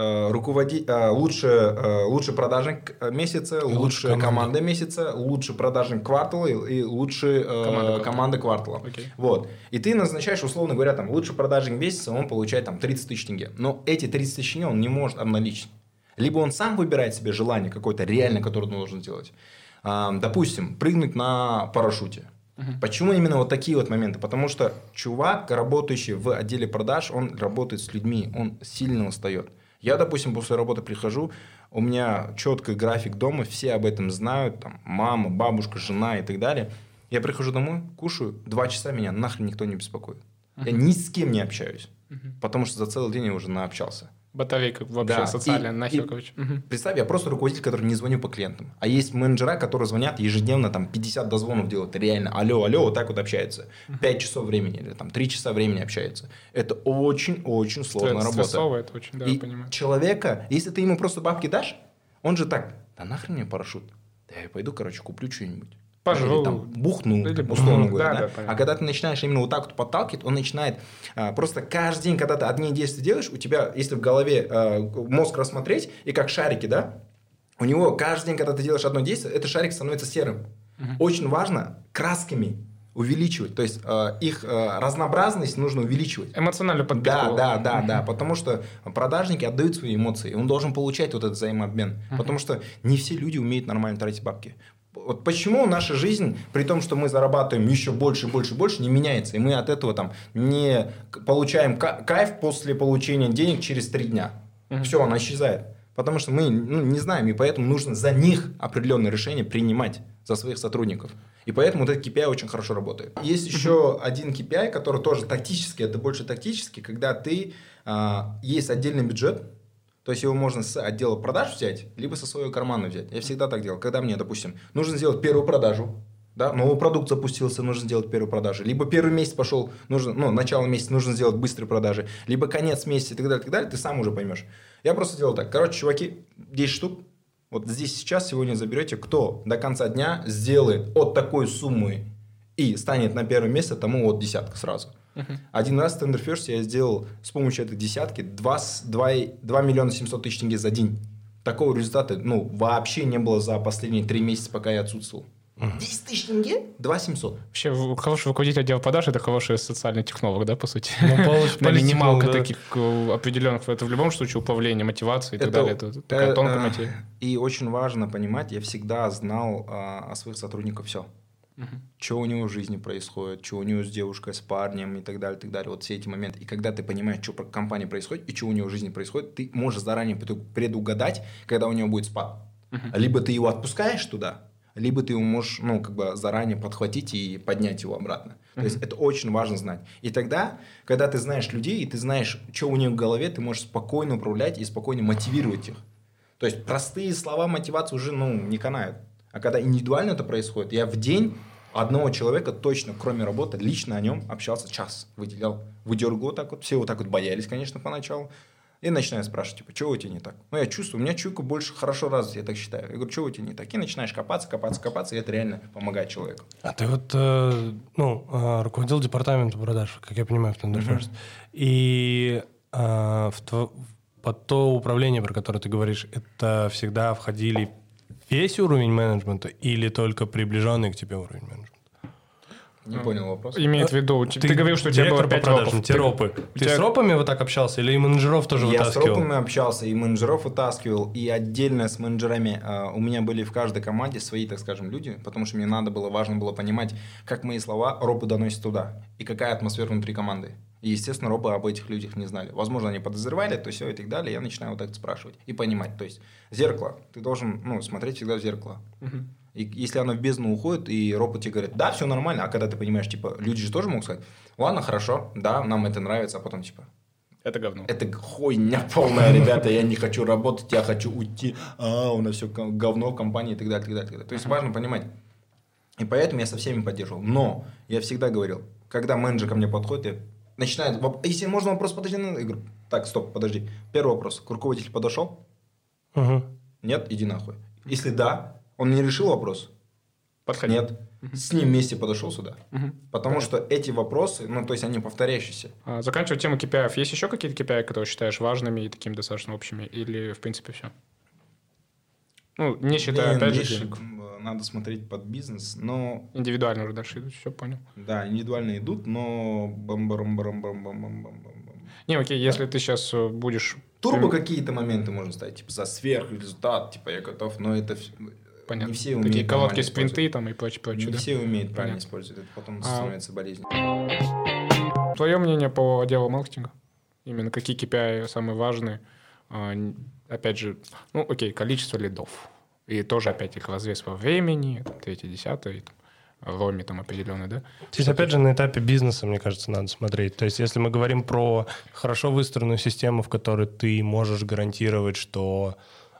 S1: лучший продажник месяца, лучшая команда месяца, лучший продажник квартала и лучшая команда квартала.
S2: Okay.
S1: Вот. И ты назначаешь, условно говоря, там, лучший продажник месяца, он получает там 30 тысяч тенге. Но эти 30 тысяч тенге он не может обналичить. Либо он сам выбирает себе желание какое-то реальное, которое он должен делать. Допустим, прыгнуть на парашюте. Почему именно вот такие вот моменты? Потому что чувак, работающий в отделе продаж, он работает с людьми, он сильно устает. Я, допустим, после работы прихожу, у меня четкий график дома, все об этом знают, там, мама, бабушка, жена и так далее. Я прихожу домой, кушаю, 2 часа меня нахрен никто не беспокоит. Я ни с кем не общаюсь, потому что за целый день я уже наобщался.
S2: Батарейка вообще социальная, нахер, короче.
S1: Представь, я просто руководитель, который не звоню по клиентам. А есть менеджера, которые звонят ежедневно, там 50 дозвонов делают, реально, алло, вот так вот общаются. 5 часов времени или там 3 часа времени общаются. Это очень-очень сложная работа.
S2: Стрессово это очень, да,
S1: и
S2: понимаю.
S1: Человека, если ты ему просто бабки дашь, он же так, да нахрен мне парашют? Да я пойду, короче, куплю что-нибудь. Или там бухну, условно говоря. Да? А когда ты начинаешь именно вот так вот подталкивать, он начинает просто каждый день, когда ты одни действия делаешь, у тебя, если в голове мозг рассмотреть, и как шарики, да, у него каждый день, когда ты делаешь одно действие, этот шарик становится серым. Очень важно красками увеличивать. То есть их разнообразность нужно увеличивать.
S2: Эмоциональную подпитку.
S1: Да. Потому что продажники отдают свои эмоции. И он должен получать вот этот взаимообмен. Потому что не все люди умеют нормально тратить бабки. Вот почему наша жизнь, при том, что мы зарабатываем еще больше, не меняется. И мы от этого там не получаем кайф после получения денег через 3 дня. Все, она исчезает. Потому что мы не знаем, и поэтому нужно за них определенные решения принимать, за своих сотрудников. И поэтому вот этот KPI очень хорошо работает. Есть еще один KPI, который тоже тактический, это больше тактический, когда ты есть отдельный бюджет, то есть его можно с отдела продаж взять, либо со своего кармана взять. Я всегда так делал. Когда мне, допустим, нужно сделать первую продажу, да, новый продукт запустился, нужно сделать первую продажу. Либо первый месяц пошел, начало месяца нужно сделать быстрые продажи. Либо конец месяца и так далее, ты сам уже поймешь. Я просто делал так. Короче, чуваки, 10 штук. Вот здесь сейчас сегодня заберете, кто до конца дня сделает от такой суммы и станет на первое место, тому вот 10 сразу. Один раз в Tenderfirst я сделал с помощью этой десятки 2 миллиона 700 тысяч тенге за день. Такого результата вообще не было за последние 3 месяца, пока я отсутствовал. 10 тысяч тенге? 2 700.
S2: Вообще, хороший руководитель отдела продаж – это хороший социальный технолог, да, по сути?
S3: Да,
S2: минималка таких определенных. Это в любом случае управление, мотивация и так далее. Это такая тонкая материя.
S1: И очень важно понимать, я всегда знал о своих сотрудниках все. Что у него в жизни происходит, что у него с девушкой, с парнем и так далее, и так далее. Вот все эти моменты. И когда ты понимаешь, что в компании происходит и что у него в жизни происходит, ты можешь заранее предугадать, когда у него будет спад. Либо ты его отпускаешь туда, либо ты его можешь, заранее подхватить и поднять его обратно. То есть это очень важно знать. И тогда, когда ты знаешь людей, и ты знаешь, что у них в голове, ты можешь спокойно управлять и спокойно мотивировать их. То есть простые слова мотивации уже, не канают. А когда индивидуально это происходит, я в день одного человека точно, кроме работы, лично о нем общался час, выделял, выдергивал вот так вот. Все вот так вот боялись, конечно, поначалу. И начинаю спрашивать, что у тебя не так? Я чувствую, у меня чуйка больше хорошо развита, я так считаю. Я говорю, что у тебя не так? И начинаешь копаться, и это реально помогает человеку.
S3: А ты руководил департаментом продаж, как я понимаю, в Tenderfirst. И под то управление, про которое ты говоришь, это всегда входили весь уровень менеджмента или только приближенный к тебе уровень менеджмента?
S1: Не понял вопрос.
S2: Имеет в виду, ты говорил, что у тебя было 5 ропов.
S3: Ты с ропами вот так общался или и менеджеров тоже вытаскивал?
S1: Я с ропами общался, и менеджеров вытаскивал, и отдельно с менеджерами. У меня были в каждой команде свои, так скажем, люди, потому что мне важно было понимать, как мои слова ропы доносят туда, и какая атмосфера внутри команды. И, естественно, ропы об этих людях не знали. Возможно, они подозревали, то все и так далее. Я начинаю вот так спрашивать и понимать. То есть зеркало. Ты должен смотреть всегда в зеркало. И если оно в бездну уходит, и ропот тебе говорит, да, все нормально, а когда ты понимаешь, люди же тоже могут сказать, ладно, хорошо, да, нам это нравится, а потом
S2: это говно.
S1: Это хуйня полная, ребята, я не хочу работать, я хочу уйти, у нас все говно в компании и так далее, и так далее. То есть важно понимать. И поэтому я со всеми поддерживал. Но я всегда говорил, когда менеджер ко мне подходит, начинает, если можно вопрос, подожди, я говорю, так, стоп, подожди. Первый вопрос, руководитель подошел? Нет, иди нахуй. Если да, он не решил вопрос?
S2: Подходи.
S1: Нет. С ним вместе подошел сюда. Потому что эти вопросы, то есть они повторяющиеся.
S2: Заканчивая тему KPI, есть еще какие-то KPI, которые считаешь важными и такими достаточно общими? Или, в принципе, все? Не считая, опять же, денег.
S1: Надо смотреть под бизнес, но...
S2: Индивидуально уже дальше идут, все понял.
S1: Да, индивидуально идут, но...
S2: Не, окей, если ты сейчас будешь...
S1: Турбо какие-то моменты можно ставить, за сверхрезультат, я готов, но это...
S2: Понятно.
S1: Не все умеют.
S2: Такие короткие спринты там и прочее.
S1: Не все умеют правильно использовать, это потом становится болезнью.
S2: Твое мнение по отделу маркетинга? Именно какие KPI самые важные? Опять же, количество лидов. И тоже опять их разрез во времени, 3-10, роме определенный, да?
S3: Здесь опять же на этапе бизнеса, мне кажется, надо смотреть. То есть если мы говорим про хорошо выстроенную систему, в которой ты можешь гарантировать, что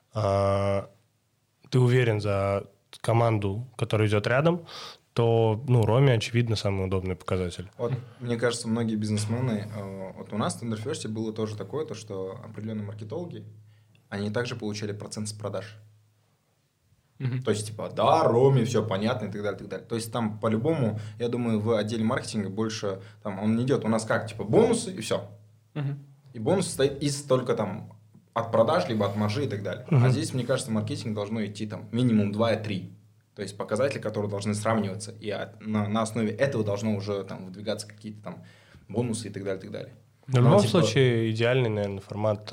S3: ты уверен за команду, которая идет рядом, то, роме, очевидно, самый удобный показатель.
S1: Мне кажется, многие бизнесмены... у нас в Tenderfirst было тоже такое, что определенные маркетологи, они также получали процент с продаж. То есть, да, роме, все понятно и так далее, и так далее. То есть, там по-любому, я думаю, в отделе маркетинга больше, он не идет. У нас как, бонусы и все. И бонус состоит из только от продаж, либо от маржи и так далее. А здесь, мне кажется, маркетинг должно идти там минимум 2 и 3. То есть показатели, которые должны сравниваться. И на основе этого должно уже там выдвигаться какие-то там бонусы и так далее, и так далее.
S3: В любом случае, идеальный, наверное, формат.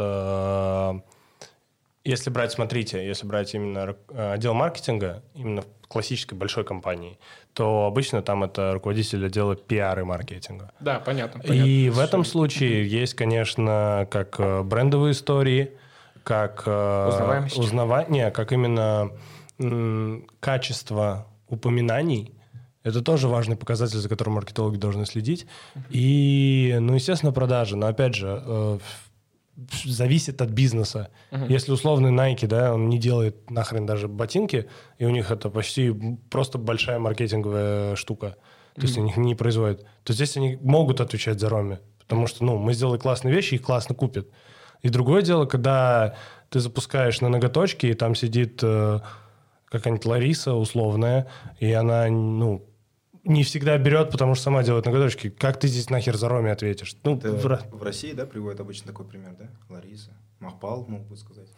S3: Если брать именно отдел маркетинга, именно в классической большой компании, то обычно там это руководитель отдела пиар и маркетинга.
S2: Да, понятно.
S3: И в этом случае есть, конечно, как брендовые истории, как как именно качество упоминаний. Это тоже важный показатель, за которым маркетологи должны следить. И, естественно, продажи. Но, опять же, зависит от бизнеса. Если условный Nike, да, он не делает нахрен даже ботинки, и у них это почти просто большая маркетинговая штука, то есть они их не производят, то здесь они могут отвечать за Роме, потому что, мы сделали классные вещи, их классно купят. И другое дело, когда ты запускаешь на ноготочки, и там сидит какая-нибудь Лариса условная, и она, не всегда берет, потому что сама делает ноготочки. Как ты здесь нахер за Роме ответишь?
S1: В России, да, приводят обычно такой пример, да? Лариса, Махпал, могут сказать.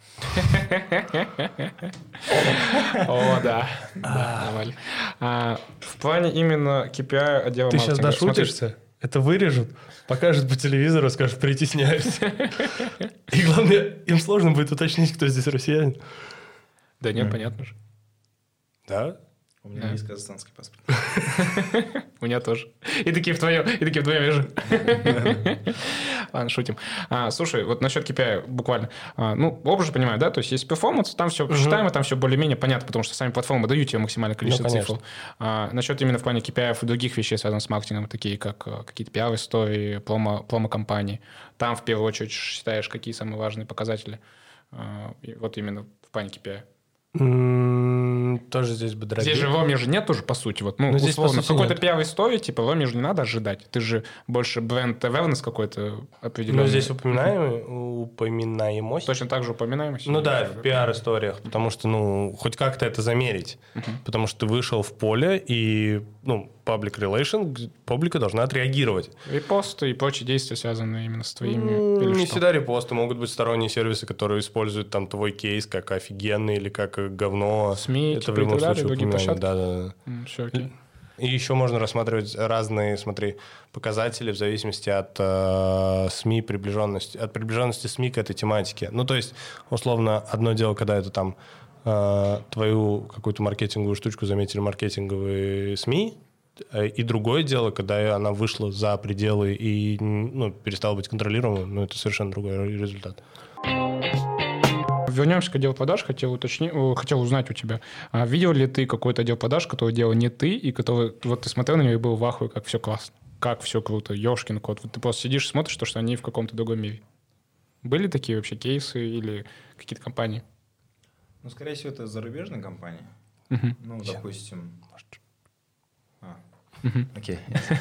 S2: О, да. Нормально. В плане именно KPI отдела маркетинга...
S3: Ты сейчас дошутишься? Это вырежут, покажут по телевизору, скажут, притесняюсь. И главное, им сложно будет уточнить, кто здесь россиянин.
S2: Да нет, понятно же.
S3: Да?
S1: У меня есть казахстанский паспорт.
S2: У меня тоже. И такие вдвоем вижу. Ладно, шутим. Слушай, вот насчет KPI буквально. Оба же понимаю, да? То есть перформанс, там все считаемо, там все более-менее понятно, потому что сами платформы дают тебе максимальное количество цифр. Насчет именно в плане KPI и других вещей, связанных с маркетингом, такие как какие-то пиар-истории, промо-компании. Там в первую очередь считаешь, какие самые важные показатели. Вот именно в плане KPI.
S3: Тоже здесь бы дробить.
S2: Здесь же в Роме же нет тоже, по сути. Вот,
S3: здесь,
S2: условно, какой-то пиар истории, типа, в Роме же не надо ожидать. Ты же больше бренд awareness какой-то определенный.
S3: Здесь упоминаемость.
S2: Точно так же упоминаемость.
S3: Да, в пиар-историях, потому что, хоть как-то это замерить. Потому что ты вышел в поле, и, public relation, публика должна отреагировать.
S2: Репосты и прочие действия, связанные именно с твоими...
S3: Не всегда репосты. Могут быть сторонние сервисы, которые используют там твой кейс как офигенный или как говно.
S2: СМИ,
S3: это в любом случае
S2: другие площадки.
S3: Да.
S2: Все окей.
S3: И еще можно рассматривать разные, показатели в зависимости от СМИ приближенности, от приближенности СМИ к этой тематике. То есть, условно, одно дело, когда это там твою какую-то маркетинговую штучку заметили маркетинговые СМИ, и другое дело, когда она вышла за пределы и перестала быть контролируемой, это совершенно другой результат.
S2: Вернемся к отделу продаж. Хотел узнать у тебя, видел ли ты какой-то отдел продаж, который делал не ты, и который, вот ты смотрел на него и был в ахуе, как все классно, как все круто, ёшкин кот. Вот ты просто сидишь и смотришь, что они в каком-то другом мире. Были такие вообще кейсы или какие-то компании?
S1: Скорее всего, это зарубежные компании. Допустим... Окей.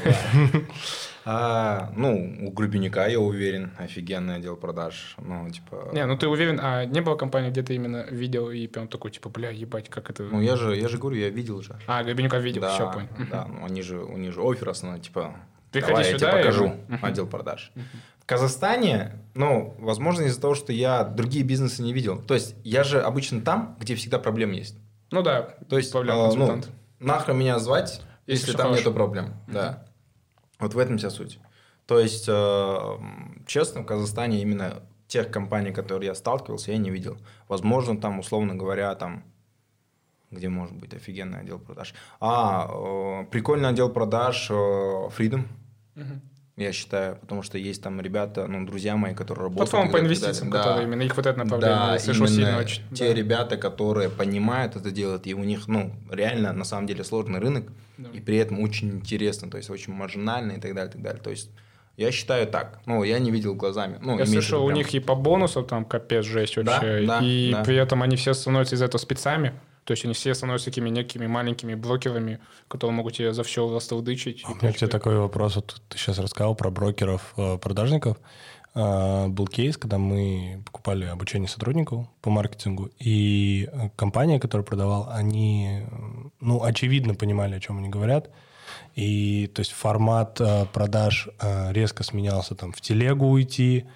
S1: У Грубенюка, я уверен, офигенный отдел продаж.
S2: ты уверен, не было компании, где ты именно видел и прям такой, ебать, как это...
S1: Я же говорю, я видел же.
S2: Грубенюка видел,
S1: да,
S2: все, понял.
S1: Да, у них же оффер основной,
S2: приходи
S1: давай
S2: сюда,
S1: я тебе покажу отдел продаж. В Казахстане, возможно, из-за того, что я другие бизнесы не видел. То есть, я же обычно там, где всегда проблемы есть.
S2: То
S1: есть, нахрен меня звать, если там нету проблем. Да. Вот в этом вся суть. То есть, честно, в Казахстане именно тех компаний, которые я сталкивался, я не видел. Возможно, там, условно говоря, где может быть офигенный отдел продаж. Прикольный отдел продаж Freedom, я считаю, потому что есть там ребята, друзья мои, которые работают.
S2: Платформа по инвестициям, которые именно их вот это направление слышал сильно очень.
S1: Те ребята, которые понимают это делать, и у них, реально, на самом деле, сложный рынок, и при этом очень интересно, то есть очень маржинально и так далее, и так далее. То есть я считаю так. Я не видел глазами.
S2: Я слышал, у них и по бонусам там капец жесть вообще. И при этом они все становятся из этого спецами. То есть они все становятся такими некими маленькими брокерами, которые могут тебе за все растолдычить.
S3: У меня к тебе такой вопрос. Вот ты сейчас рассказал про брокеров-продажников. Был кейс, когда мы покупали обучение сотрудников по маркетингу, и компания, которая продавала, они, очевидно понимали, о чем они говорят. И то есть формат продаж резко сменялся, там в телегу уйти,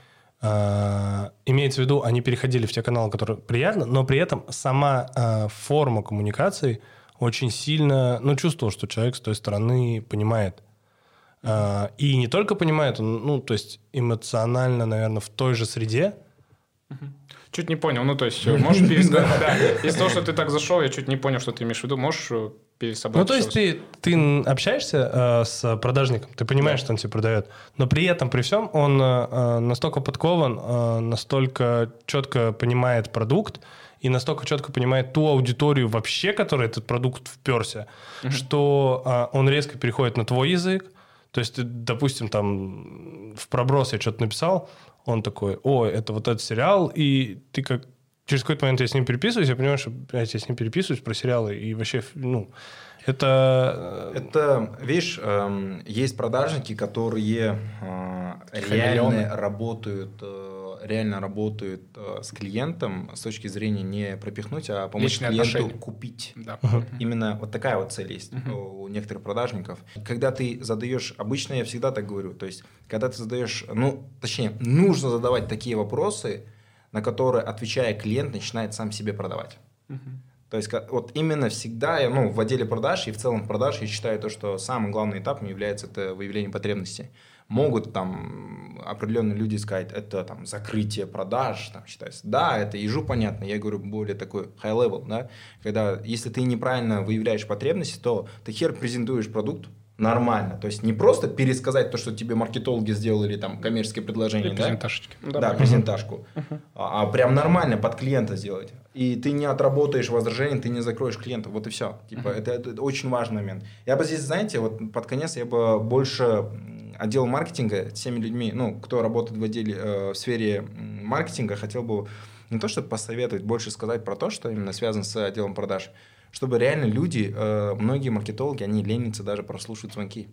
S3: Имеется в виду, они переходили в те каналы, которые приятно, но при этом сама форма коммуникации очень сильно, чувствовал, что человек с той стороны понимает. И не только понимает, то есть эмоционально, наверное, в той же среде.
S2: Чуть не понял. То есть, можешь пересказать? Да. Из-за того, что ты так зашел, я чуть не понял, что ты имеешь в виду. Можешь пересобрать?
S3: То есть ты общаешься с продажником, ты понимаешь, что он тебе продает, но при этом, при всем, он настолько подкован, настолько четко понимает продукт и настолько четко понимает ту аудиторию вообще, которой этот продукт вперся, что он резко переходит на твой язык. То есть, допустим, там в проброс я что-то написал, он такой, это вот этот сериал, и ты как... Через какой-то момент я с ним переписываюсь, я понимаю, что, я с ним переписываюсь про сериалы, и вообще,
S1: Это, видишь, есть продажники, которые реально работают с клиентом с точки зрения не пропихнуть, а помочь клиенту купить.
S2: Да.
S1: Именно вот такая вот цель есть у некоторых продажников. Когда ты задаешь, обычно я всегда так говорю, то есть, когда ты задаешь, нужно задавать такие вопросы, на которые, отвечая, клиент начинает сам себе продавать. То есть, вот именно всегда, в отделе продаж и в целом продаж я считаю то, что самым главным этапом является это выявление потребностей. Могут там определенные люди сказать, это там закрытие продаж, там считается. Да, это ежу понятно, я говорю более такой high level, да, когда если ты неправильно выявляешь потребности, то ты хер презентуешь продукт нормально, то есть не просто пересказать то, что тебе маркетологи сделали, там, коммерческое предложение,
S2: или презентажечки.
S1: Да, презентажку, а прям нормально под клиента сделать. И ты не отработаешь возражение, ты не закроешь клиента, вот и все. Типа, это очень важный момент. Я бы здесь, знаете, вот под конец я бы больше отдел маркетинга с теми людьми, кто работает в отделе, в сфере маркетинга, хотел бы не то, чтобы посоветовать, больше сказать про то, что именно связано с отделом продаж, чтобы реально люди, многие маркетологи, они ленятся даже прослушивать звонки.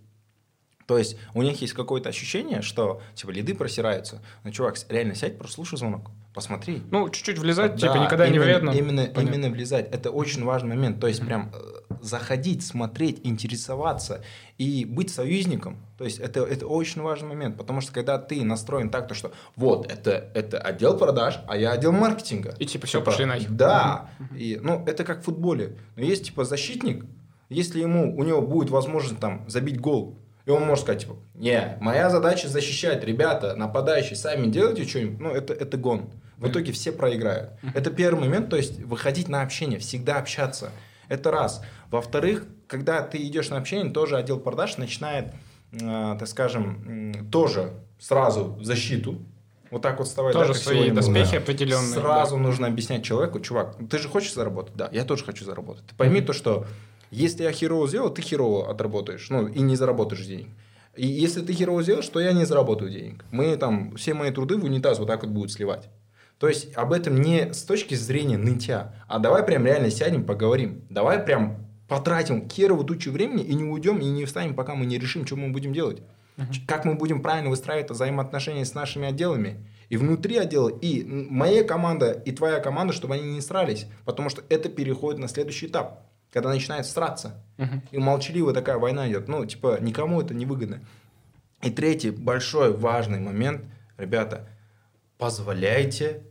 S1: То есть у них есть какое-то ощущение, что типа лиды просираются. Чувак, реально сядь, прослушай звонок, посмотри.
S2: Чуть-чуть влезать, никогда не вредно.
S1: Именно влезать. Это очень важный момент. То есть прям заходить, смотреть, интересоваться и быть союзником. То есть это очень важный момент. Потому что когда ты настроен так, то что вот, это отдел продаж, а я отдел маркетинга.
S2: И все, пошли нахер.
S1: Да. И, это как в футболе. Но есть защитник, если у него будет возможность там забить гол, и он может сказать, моя задача защищать, ребята, нападающие, сами делайте что-нибудь, это гон. В итоге все проиграют. Это первый момент, то есть выходить на общение, всегда общаться. Это раз. Во-вторых, когда ты идешь на общение, тоже отдел продаж начинает, так скажем, тоже сразу в защиту. Вот так вот вставать.
S2: Тоже свои доспехи определенные.
S1: Сразу нужно объяснять человеку, чувак, ты же хочешь заработать? Да, я тоже хочу заработать. Ты пойми то, что если я херово сделал, ты херово отработаешь, и не заработаешь денег. И если ты херово сделаешь, то я не заработаю денег. Все мои труды в унитаз вот так вот будут сливать. То есть об этом не с точки зрения нытья, а давай прям реально сядем, поговорим. Давай прям потратим херово тучу времени и не уйдем, и не встанем, пока мы не решим, что мы будем делать. Как мы будем правильно выстраивать взаимоотношения с нашими отделами. И внутри отдела, и моя команда, и твоя команда, чтобы они не срались. Потому что это переходит на следующий этап. Когда начинает сраться. И молчаливая такая война идет. Никому это не выгодно. И третий большой важный момент. Ребята, позволяйте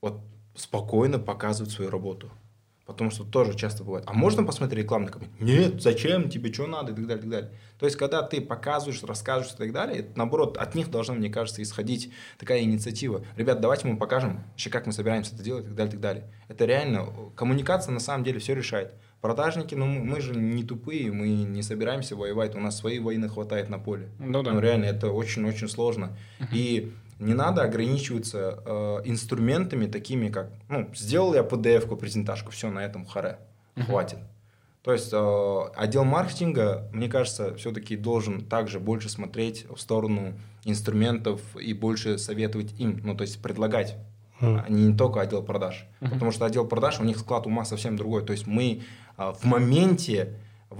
S1: спокойно показывать свою работу. Потому что тоже часто бывает. А можно посмотреть рекламный кабинет? Нет, зачем? Тебе что надо? И так далее, и так далее. То есть, когда ты показываешь, рассказываешь и так далее, наоборот, от них должна, мне кажется, исходить такая инициатива. Ребят, давайте мы покажем, вообще, как мы собираемся это делать, и так далее, и так далее. Это реально, коммуникация на самом деле все решает. Продажники, мы же не тупые, мы не собираемся воевать, у нас своей войны хватает на поле. Реально, это очень-очень сложно. И не надо ограничиваться инструментами такими, как, сделал я PDF-ку, презентажку, все, на этом харе, хватит. То есть отдел маркетинга, мне кажется, все-таки должен также больше смотреть в сторону инструментов и больше советовать им, то есть предлагать. А не только отдел продаж. Потому что отдел продаж, у них склад ума совсем другой. То есть мы в моменте,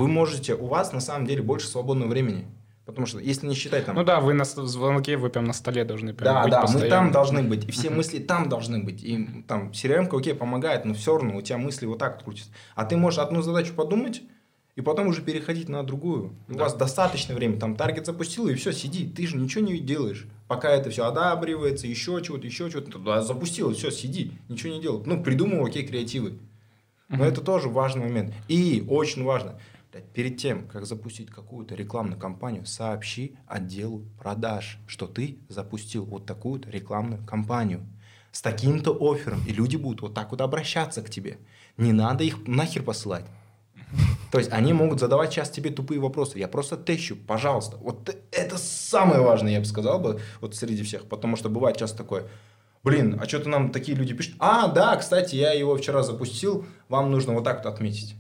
S1: у вас на самом деле больше свободного времени. Потому что если не считать там...
S2: вы на звонке, вы прям на столе должны быть
S1: постоянно. Мы там должны быть, и все мысли там должны быть. И там CRM-ка, помогает, но все равно у тебя мысли вот так вот крутятся. А ты можешь одну задачу подумать, И потом уже переходить на другую. У вас достаточно времени. Там таргет запустил, и все, сиди. Ты же ничего не делаешь. Пока это все одабривается, еще чего-то. Туда запустил, и все, сиди. Ничего не делай. Ну, придумывай, окей, креативы. Но это тоже важный момент. И очень важно. Перед тем, как запустить какую-то рекламную кампанию, сообщи отделу продаж, что ты запустил вот такую-то рекламную кампанию с таким-то оффером. И люди будут вот так вот обращаться к тебе. Не надо их нахер посылать. То есть они могут задавать сейчас тебе тупые вопросы. Я просто тещу, пожалуйста. Вот это самое важное, я бы сказал бы, вот среди всех. Потому что бывает часто такое, блин, а что-то нам такие люди пишут. А, да, кстати, я его вчера запустил, вам нужно вот так вот отметить.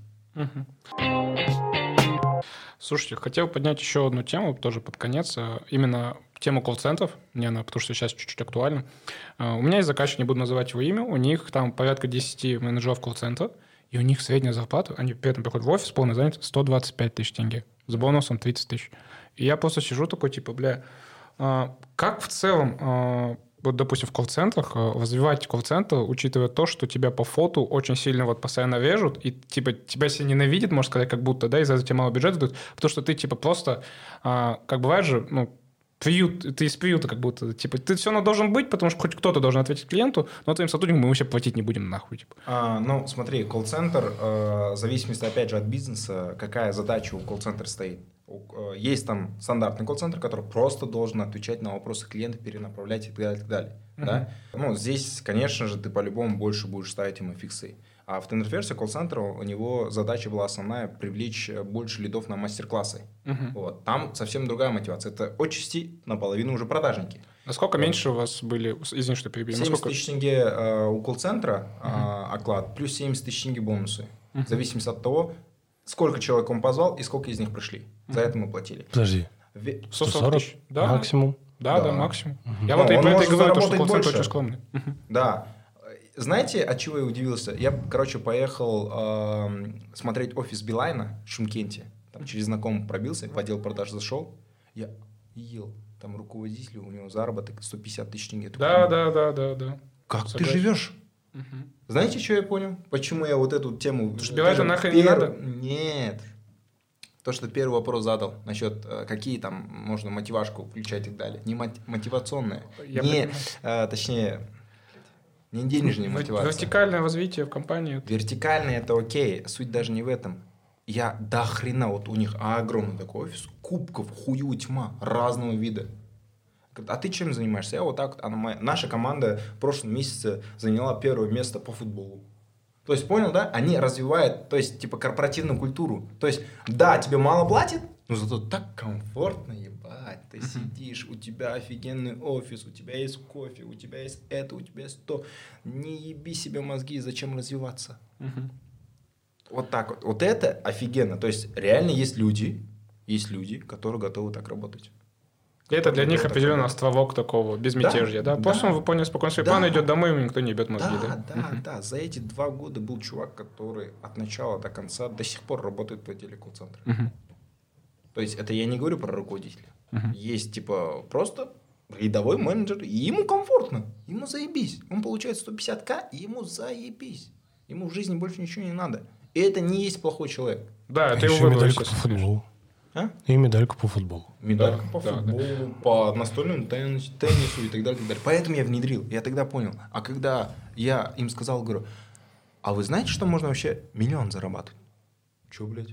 S2: Слушайте, хотел поднять еще одну тему, тоже под конец, именно тему колл-центров, мне она, потому что сейчас чуть-чуть актуальна. У меня есть заказчик, не буду называть его имя, у них там порядка 10 менеджеров колл-центра, и у них средняя зарплата, они при этом приходят в офис, полный занят, 125 тысяч тенге, с бонусом 30 тысяч. И я просто сижу такой, типа, как в целом, вот, допустим, в колл-центрах развивать колл-центр, учитывая то, что тебя по фото очень сильно вот постоянно режут, и типа тебя все ненавидят, можно сказать, как будто, да, из-за этого тебе мало бюджета дают, потому что ты типа просто, как бывает же, ну, приют, ты из приюта как будто, типа, ты все равно должен быть, потому что хоть кто-то должен ответить клиенту, но твоим сотрудникам мы вообще платить не будем нахуй. Типа.
S1: Ну, смотри, колл-центр, в зависимости, опять же, от бизнеса, какая задача у колл-центра стоит. Есть там стандартный колл-центр, который просто должен отвечать на вопросы клиента, перенаправлять и так далее, и так далее. Да? Ну, здесь, конечно же, ты по-любому больше будешь ставить ему фиксы. А в тендер-версии колл-центра у него задача была основная – привлечь больше лидов на мастер-классы. Вот. Там совсем другая мотивация. Это отчасти наполовину уже продажники.
S2: Насколько меньше у вас были, извини, что перебил?
S1: 70 тысяч тенге у колл-центра оклад, плюс 70 тысяч тенге бонусы. В зависимости от того, сколько человек он позвал и сколько из них пришли. За это мы платили.
S3: Подожди.
S2: 140 тысяч? Да.
S3: Максимум?
S2: Да, максимум. Я вот и про это и говорю, что колл-центр очень скромный.
S1: Да. Знаете, от чего я удивился? Я, поехал смотреть офис Билайна в Шымкенте. Там через знакомых пробился, в отдел продаж зашел. Я ел. Там руководитель, у него заработок 150 тысяч тенге.
S2: Да.
S1: Как ты живешь? Знаете, что я понял? Почему я вот эту тему...
S2: Потому что Билайну нахрен не надо?
S1: Нет. То, что первый вопрос задал насчет, какие там можно мотивашку включать и так далее. Не мотивационная. Точнее... Не денежная мотивация.
S2: Вертикальное развитие в компании.
S1: Вертикальное это окей. Суть даже не в этом. Я до хрена, вот у них огромный такой офис, кубков, хую тьма, разного вида. А ты чем занимаешься? Я вот так. Наша команда в прошлом месяце заняла первое место по футболу. То есть, понял, да? Они развивают, то есть, типа, корпоративную культуру. То есть, да, тебе мало платят, но зато так комфортно, ебать. Ты сидишь, у тебя офигенный офис, у тебя есть кофе, у тебя есть это, у тебя есть то. Не еби себе мозги, зачем развиваться? Вот так вот. Вот это офигенно. То есть, реально есть люди, которые готовы так работать.
S2: И это для них определенный островок такого безмятежья, да? После он выполняет спокойно свои планы, идет домой, ему никто не ебет мозги, да?
S1: Да. За эти 2 года был чувак, который от начала до конца до сих пор работает в отделе колл-центра. То есть, это я не говорю про руководителя. Есть, типа, просто рядовой менеджер, и ему комфортно, ему заебись. Он получает 150к, и ему заебись. Ему в жизни больше ничего не надо. И это не есть плохой человек.
S2: Да, это его выбор,
S3: медалька по футболу. И медалька по футболу.
S1: Медалька по футболу, по настольному теннису и так далее, и так далее. Поэтому я внедрил. Я тогда понял. А когда я им сказал, говорю, а вы знаете, что можно вообще 1 миллион зарабатывать? Че, блядь?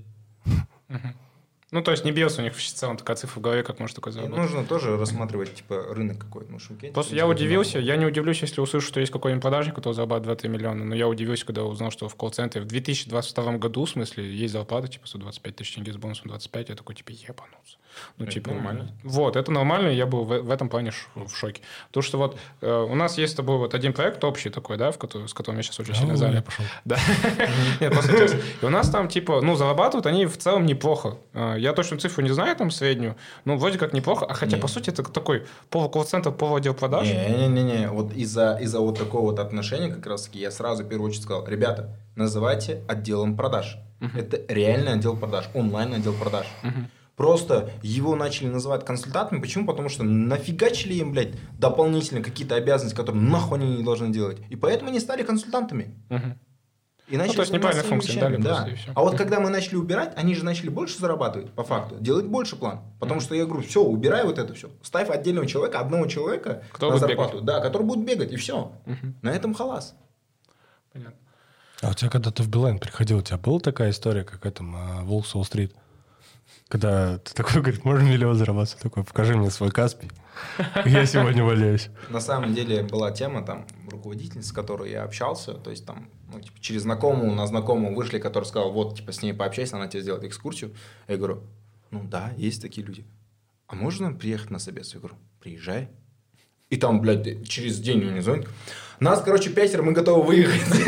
S2: Ну, то есть не бьется у них в целом такая цифра в голове, как может такое заработать.
S1: Нужно тоже рассматривать, типа, рынок какой-то. Ну, Шымкенте.
S2: Просто я удивился, я не удивлюсь, если услышу, что есть какой-нибудь продажник, который зарабатывает 2-3 миллиона, но я удивился, когда узнал, что в колл-центре в 2022 году, в смысле, есть зарплата, типа, 125 тысяч тенге с бонусом 25, я такой, типа, ебануться. Ну, это типа, нормально. Вот, это нормально, я был в этом плане в шоке. Потому что вот у нас есть с тобой вот один проект общий такой, да, с которым я сейчас очень сильно занят. Да. Нет, просто интересно. И у нас там, типа, ну, зарабатывают они в целом неплохо. Я точную цифру не знаю, там, среднюю, но вроде как неплохо. А хотя, по сути, это такой полуколл-центр, полуотдел продаж.
S1: Не-не-не. Вот из-за вот такого вот отношения как раз-таки я сразу в первую очередь сказал, ребята, называйте отделом продаж. Это реальный отдел продаж, онлайн-отдел продаж. Просто его начали называть консультантами. Почему? Потому что нафигачили им, блядь, дополнительно какие-то обязанности, которые нахуй они не должны делать. И поэтому они стали консультантами. И начали
S2: то есть неправильные функции дали
S1: да.
S2: просто, и все.
S1: А вот когда мы начали убирать, они же начали больше зарабатывать, по факту, делать больше план. Потому что я говорю, все, убирай вот это все. Ставь отдельного человека, одного человека
S2: кто
S1: на
S2: будет
S1: зарплату.
S2: бегать.
S1: Да, который будет бегать, и все. На этом халас.
S2: Понятно.
S3: А у тебя, когда ты в Билайн приходил, у тебя была такая история, как Волк Солл-стрит? Когда ты такой, говорит, можно миллион зарабатывать? Такой, покажи мне свой Каспий. Я сегодня валяюсь.
S1: На самом деле была тема, там, руководительница, с которой я общался, то есть там, ну, типа, через знакомую на знакомую вышли, который сказал, вот, типа, с ней пообщайся, она тебе сделает экскурсию. Я говорю, ну да, есть такие люди. А можно приехать на собес? Я говорю, приезжай. И там, блядь, через день мне звонит. Нас, короче, 5, мы готовы выехать.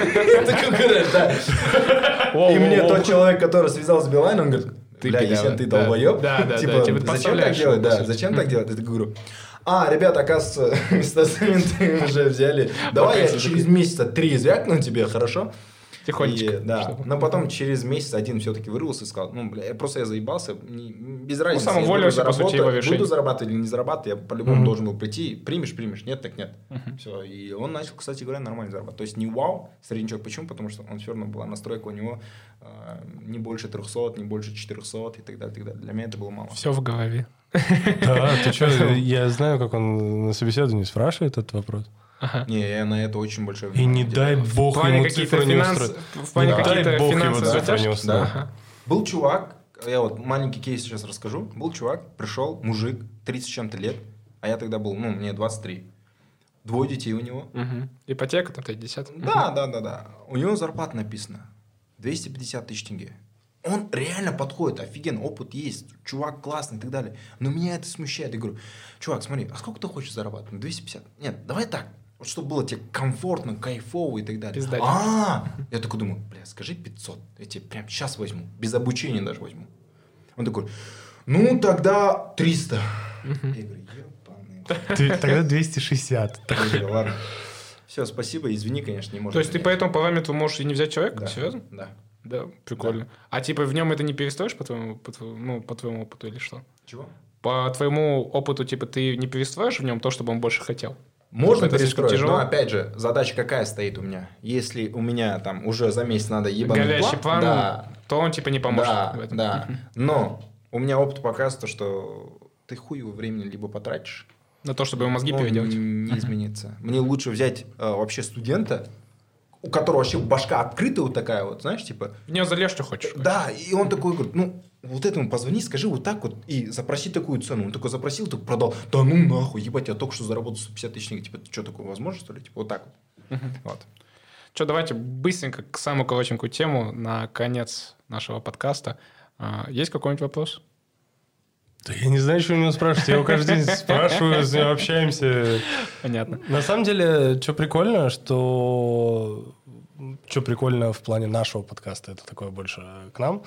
S1: И мне тот человек, который связался с Билайном, он говорит, бля, Есен, ты долбоеб? Типа, зачем так делать? Да, зачем так делать? Я говорю, ребята, оказывается, стационенты уже взяли. Давай я через месяца 3 звякну тебе, хорошо?
S2: Тихонечко.
S1: Да, но потом через месяц один все-таки вырвался и сказал, ну, бля, просто я заебался, без разницы.
S2: Ну, самоволился, по сути, его решение.
S1: Буду зарабатывать или не зарабатывать, я по-любому должен был прийти, примешь, нет, так нет. Все, и он начал, кстати говоря, нормально зарабатывать. То есть не вау, средний человек, почему? Потому что он все равно была настройка у него не больше 300, не больше 400 и так далее, и так далее. Для меня это было мало.
S2: Все в голове.
S3: Да, ты что, я знаю, как он на собеседовании спрашивает этот вопрос.
S2: Ага.
S1: Не, я на это очень большое
S3: И не дай бог ему цифры не устроит.
S2: В плане какие-то финансовые
S3: затяжки.
S1: Да. Был чувак, я вот маленький кейс сейчас расскажу. Был чувак, пришел, мужик, 30 с чем-то лет, а я тогда был, мне 23. 2 детей у него.
S2: Ипотека там 50.
S1: Да. У него зарплата написана 250 тысяч тенге. Он реально подходит, офигенно, опыт есть, чувак классный и так далее. Но меня это смущает. Я говорю, чувак, смотри, а сколько ты хочешь зарабатывать? 250? Нет, давай так. Вот чтобы было тебе комфортно, кайфово и так далее. Я такой думаю, бля, скажи 500. Я тебе прям сейчас возьму. Без обучения даже возьму. Он такой, ну тогда 300. Я говорю, ебаный.
S3: Тогда 260.
S1: Ладно. Все, спасибо, извини, конечно, не можно.
S2: То есть ты по этому параметру можешь и не взять человека?
S1: Да.
S2: Серьезно?
S1: Да.
S2: Да, прикольно. Да. А типа в нем это не перестроишь по твоему опыту или что?
S1: Чего?
S2: По твоему опыту, типа, ты не перестроишь в нем то, чтобы он больше хотел?
S1: Можно перестроить, но опять же, задача какая стоит у меня? Если у меня там уже за месяц надо ебаный
S2: горящий план, то он типа не поможет.
S1: Да. Но у меня опыт показывает, что ты хуево времени либо потратишь,
S2: на то, чтобы мозги переделать.
S1: Не изменится. Мне лучше взять вообще студента, у которого вообще башка открытая вот такая вот, знаешь, типа...
S2: В нее залезь, что хочешь.
S1: Да, и он такой говорит, ну, вот этому позвони, скажи вот так вот и запроси такую цену. Он такой запросил, так продал. Да ну нахуй, ебать, я только что заработал 150 тысяч. Типа, что такое, возможно, что ли? Типа, вот так вот. Вот.
S2: Что, давайте быстренько к самую коротенькую тему на конец нашего подкаста. Есть какой-нибудь вопрос?
S3: Да я не знаю, что у него спрашивать. Я его каждый день спрашиваю, с ним общаемся.
S2: Понятно.
S3: На самом деле, что прикольно, что в плане нашего подкаста, это такое больше к нам,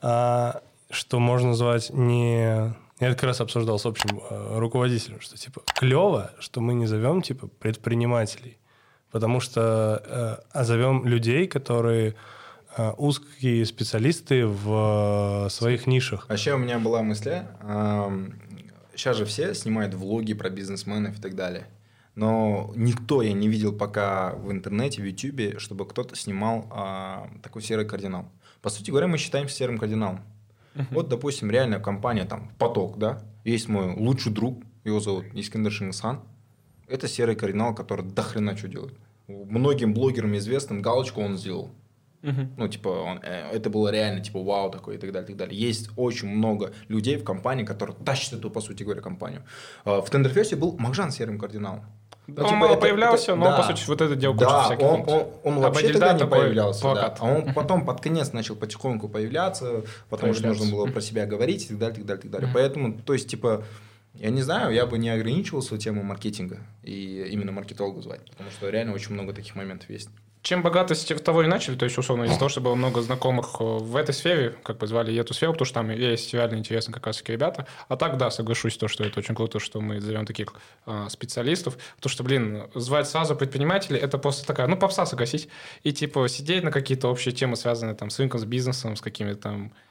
S3: что можно назвать не... Я это как раз обсуждал с общим руководителем, что типа клево, что мы не зовем типа предпринимателей, потому что зовем людей, которые... узкие специалисты в своих нишах.
S1: Вообще у меня была мысль, сейчас же все снимают влоги про бизнесменов и так далее, но никто я не видел пока в интернете, в Ютубе, чтобы кто-то снимал такой серый кардинал. По сути говоря, мы считаемся серым кардиналом. Вот, допустим, реальная компания, там, Поток, да, есть мой лучший друг, его зовут Искандер Шингисхан. Это серый кардинал, который дохрена что делает. Многим блогерам известным галочку он сделал. Ну, типа, это было реально, типа, вау такой и так далее, и так далее. Есть очень много людей в компании, которые тащат эту, по сути говоря, компанию. В Тендерфесте был Махжан серым кардиналом.
S2: Да, он мало появлялся, но, по сути, вот это делал кучу всяких функций.
S1: Он вообще тогда не появлялся. Да. А он потом под конец начал потихоньку появляться, потому что нужно было про себя говорить и так далее, и так далее, и так далее. Поэтому, то есть, типа, я не знаю, я бы не ограничивался темой маркетинга и именно маркетолога звать, потому что реально очень много таких моментов есть.
S2: Чем богато с того и начали, то есть, условно, из-за того, что было много знакомых в этой сфере, как бы звали эту сферу, потому что там есть реально интересные как раз-таки ребята. А так, да, соглашусь, то, что это очень круто, что мы зовем таких специалистов, потому что, звать сразу предпринимателей, это просто такая, попса, согласись, и, типа, сидеть на какие-то общие темы, связанные там с рынком, с бизнесом, с какими-то там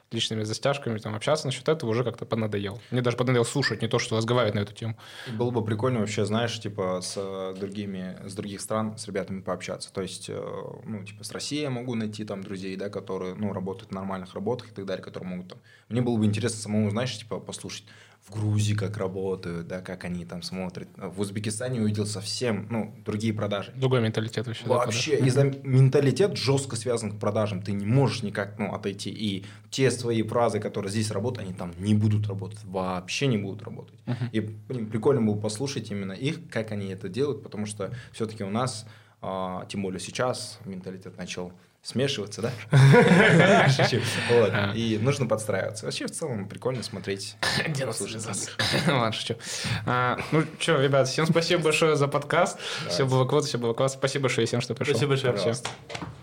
S2: личными застяжками там общаться насчет этого уже как-то поднадоел. Мне даже поднадоело слушать, не то, что разговаривать на эту тему.
S1: И было бы прикольно вообще, знаешь, типа с других стран, с ребятами пообщаться. То есть, ну, типа с Россией я могу найти там друзей, да, которые, ну, работают в нормальных работах и так далее, которые могут там... Мне было бы интересно самому, знаешь, типа послушать в Грузии, как работают, да, как они там смотрят. В Узбекистане увидел совсем, ну, другие продажи.
S2: Другой менталитет вообще.
S1: Вообще, из-за менталитет жестко связан к продажам. Ты не можешь никак, ну, отойти. И те свои фразы, которые здесь работают, они там не будут работать. Вообще не будут работать. И прикольно было послушать именно их, как они это делают, потому что все-таки у нас, тем более сейчас, менталитет начал смешиваться, да? И нужно подстраиваться. Вообще, в целом, прикольно смотреть.
S2: Ладно, шучу. Ну что, ребят, всем спасибо большое за подкаст. Все было круто, все было классно. Спасибо большое, Есен, что пришел.
S3: Спасибо большое.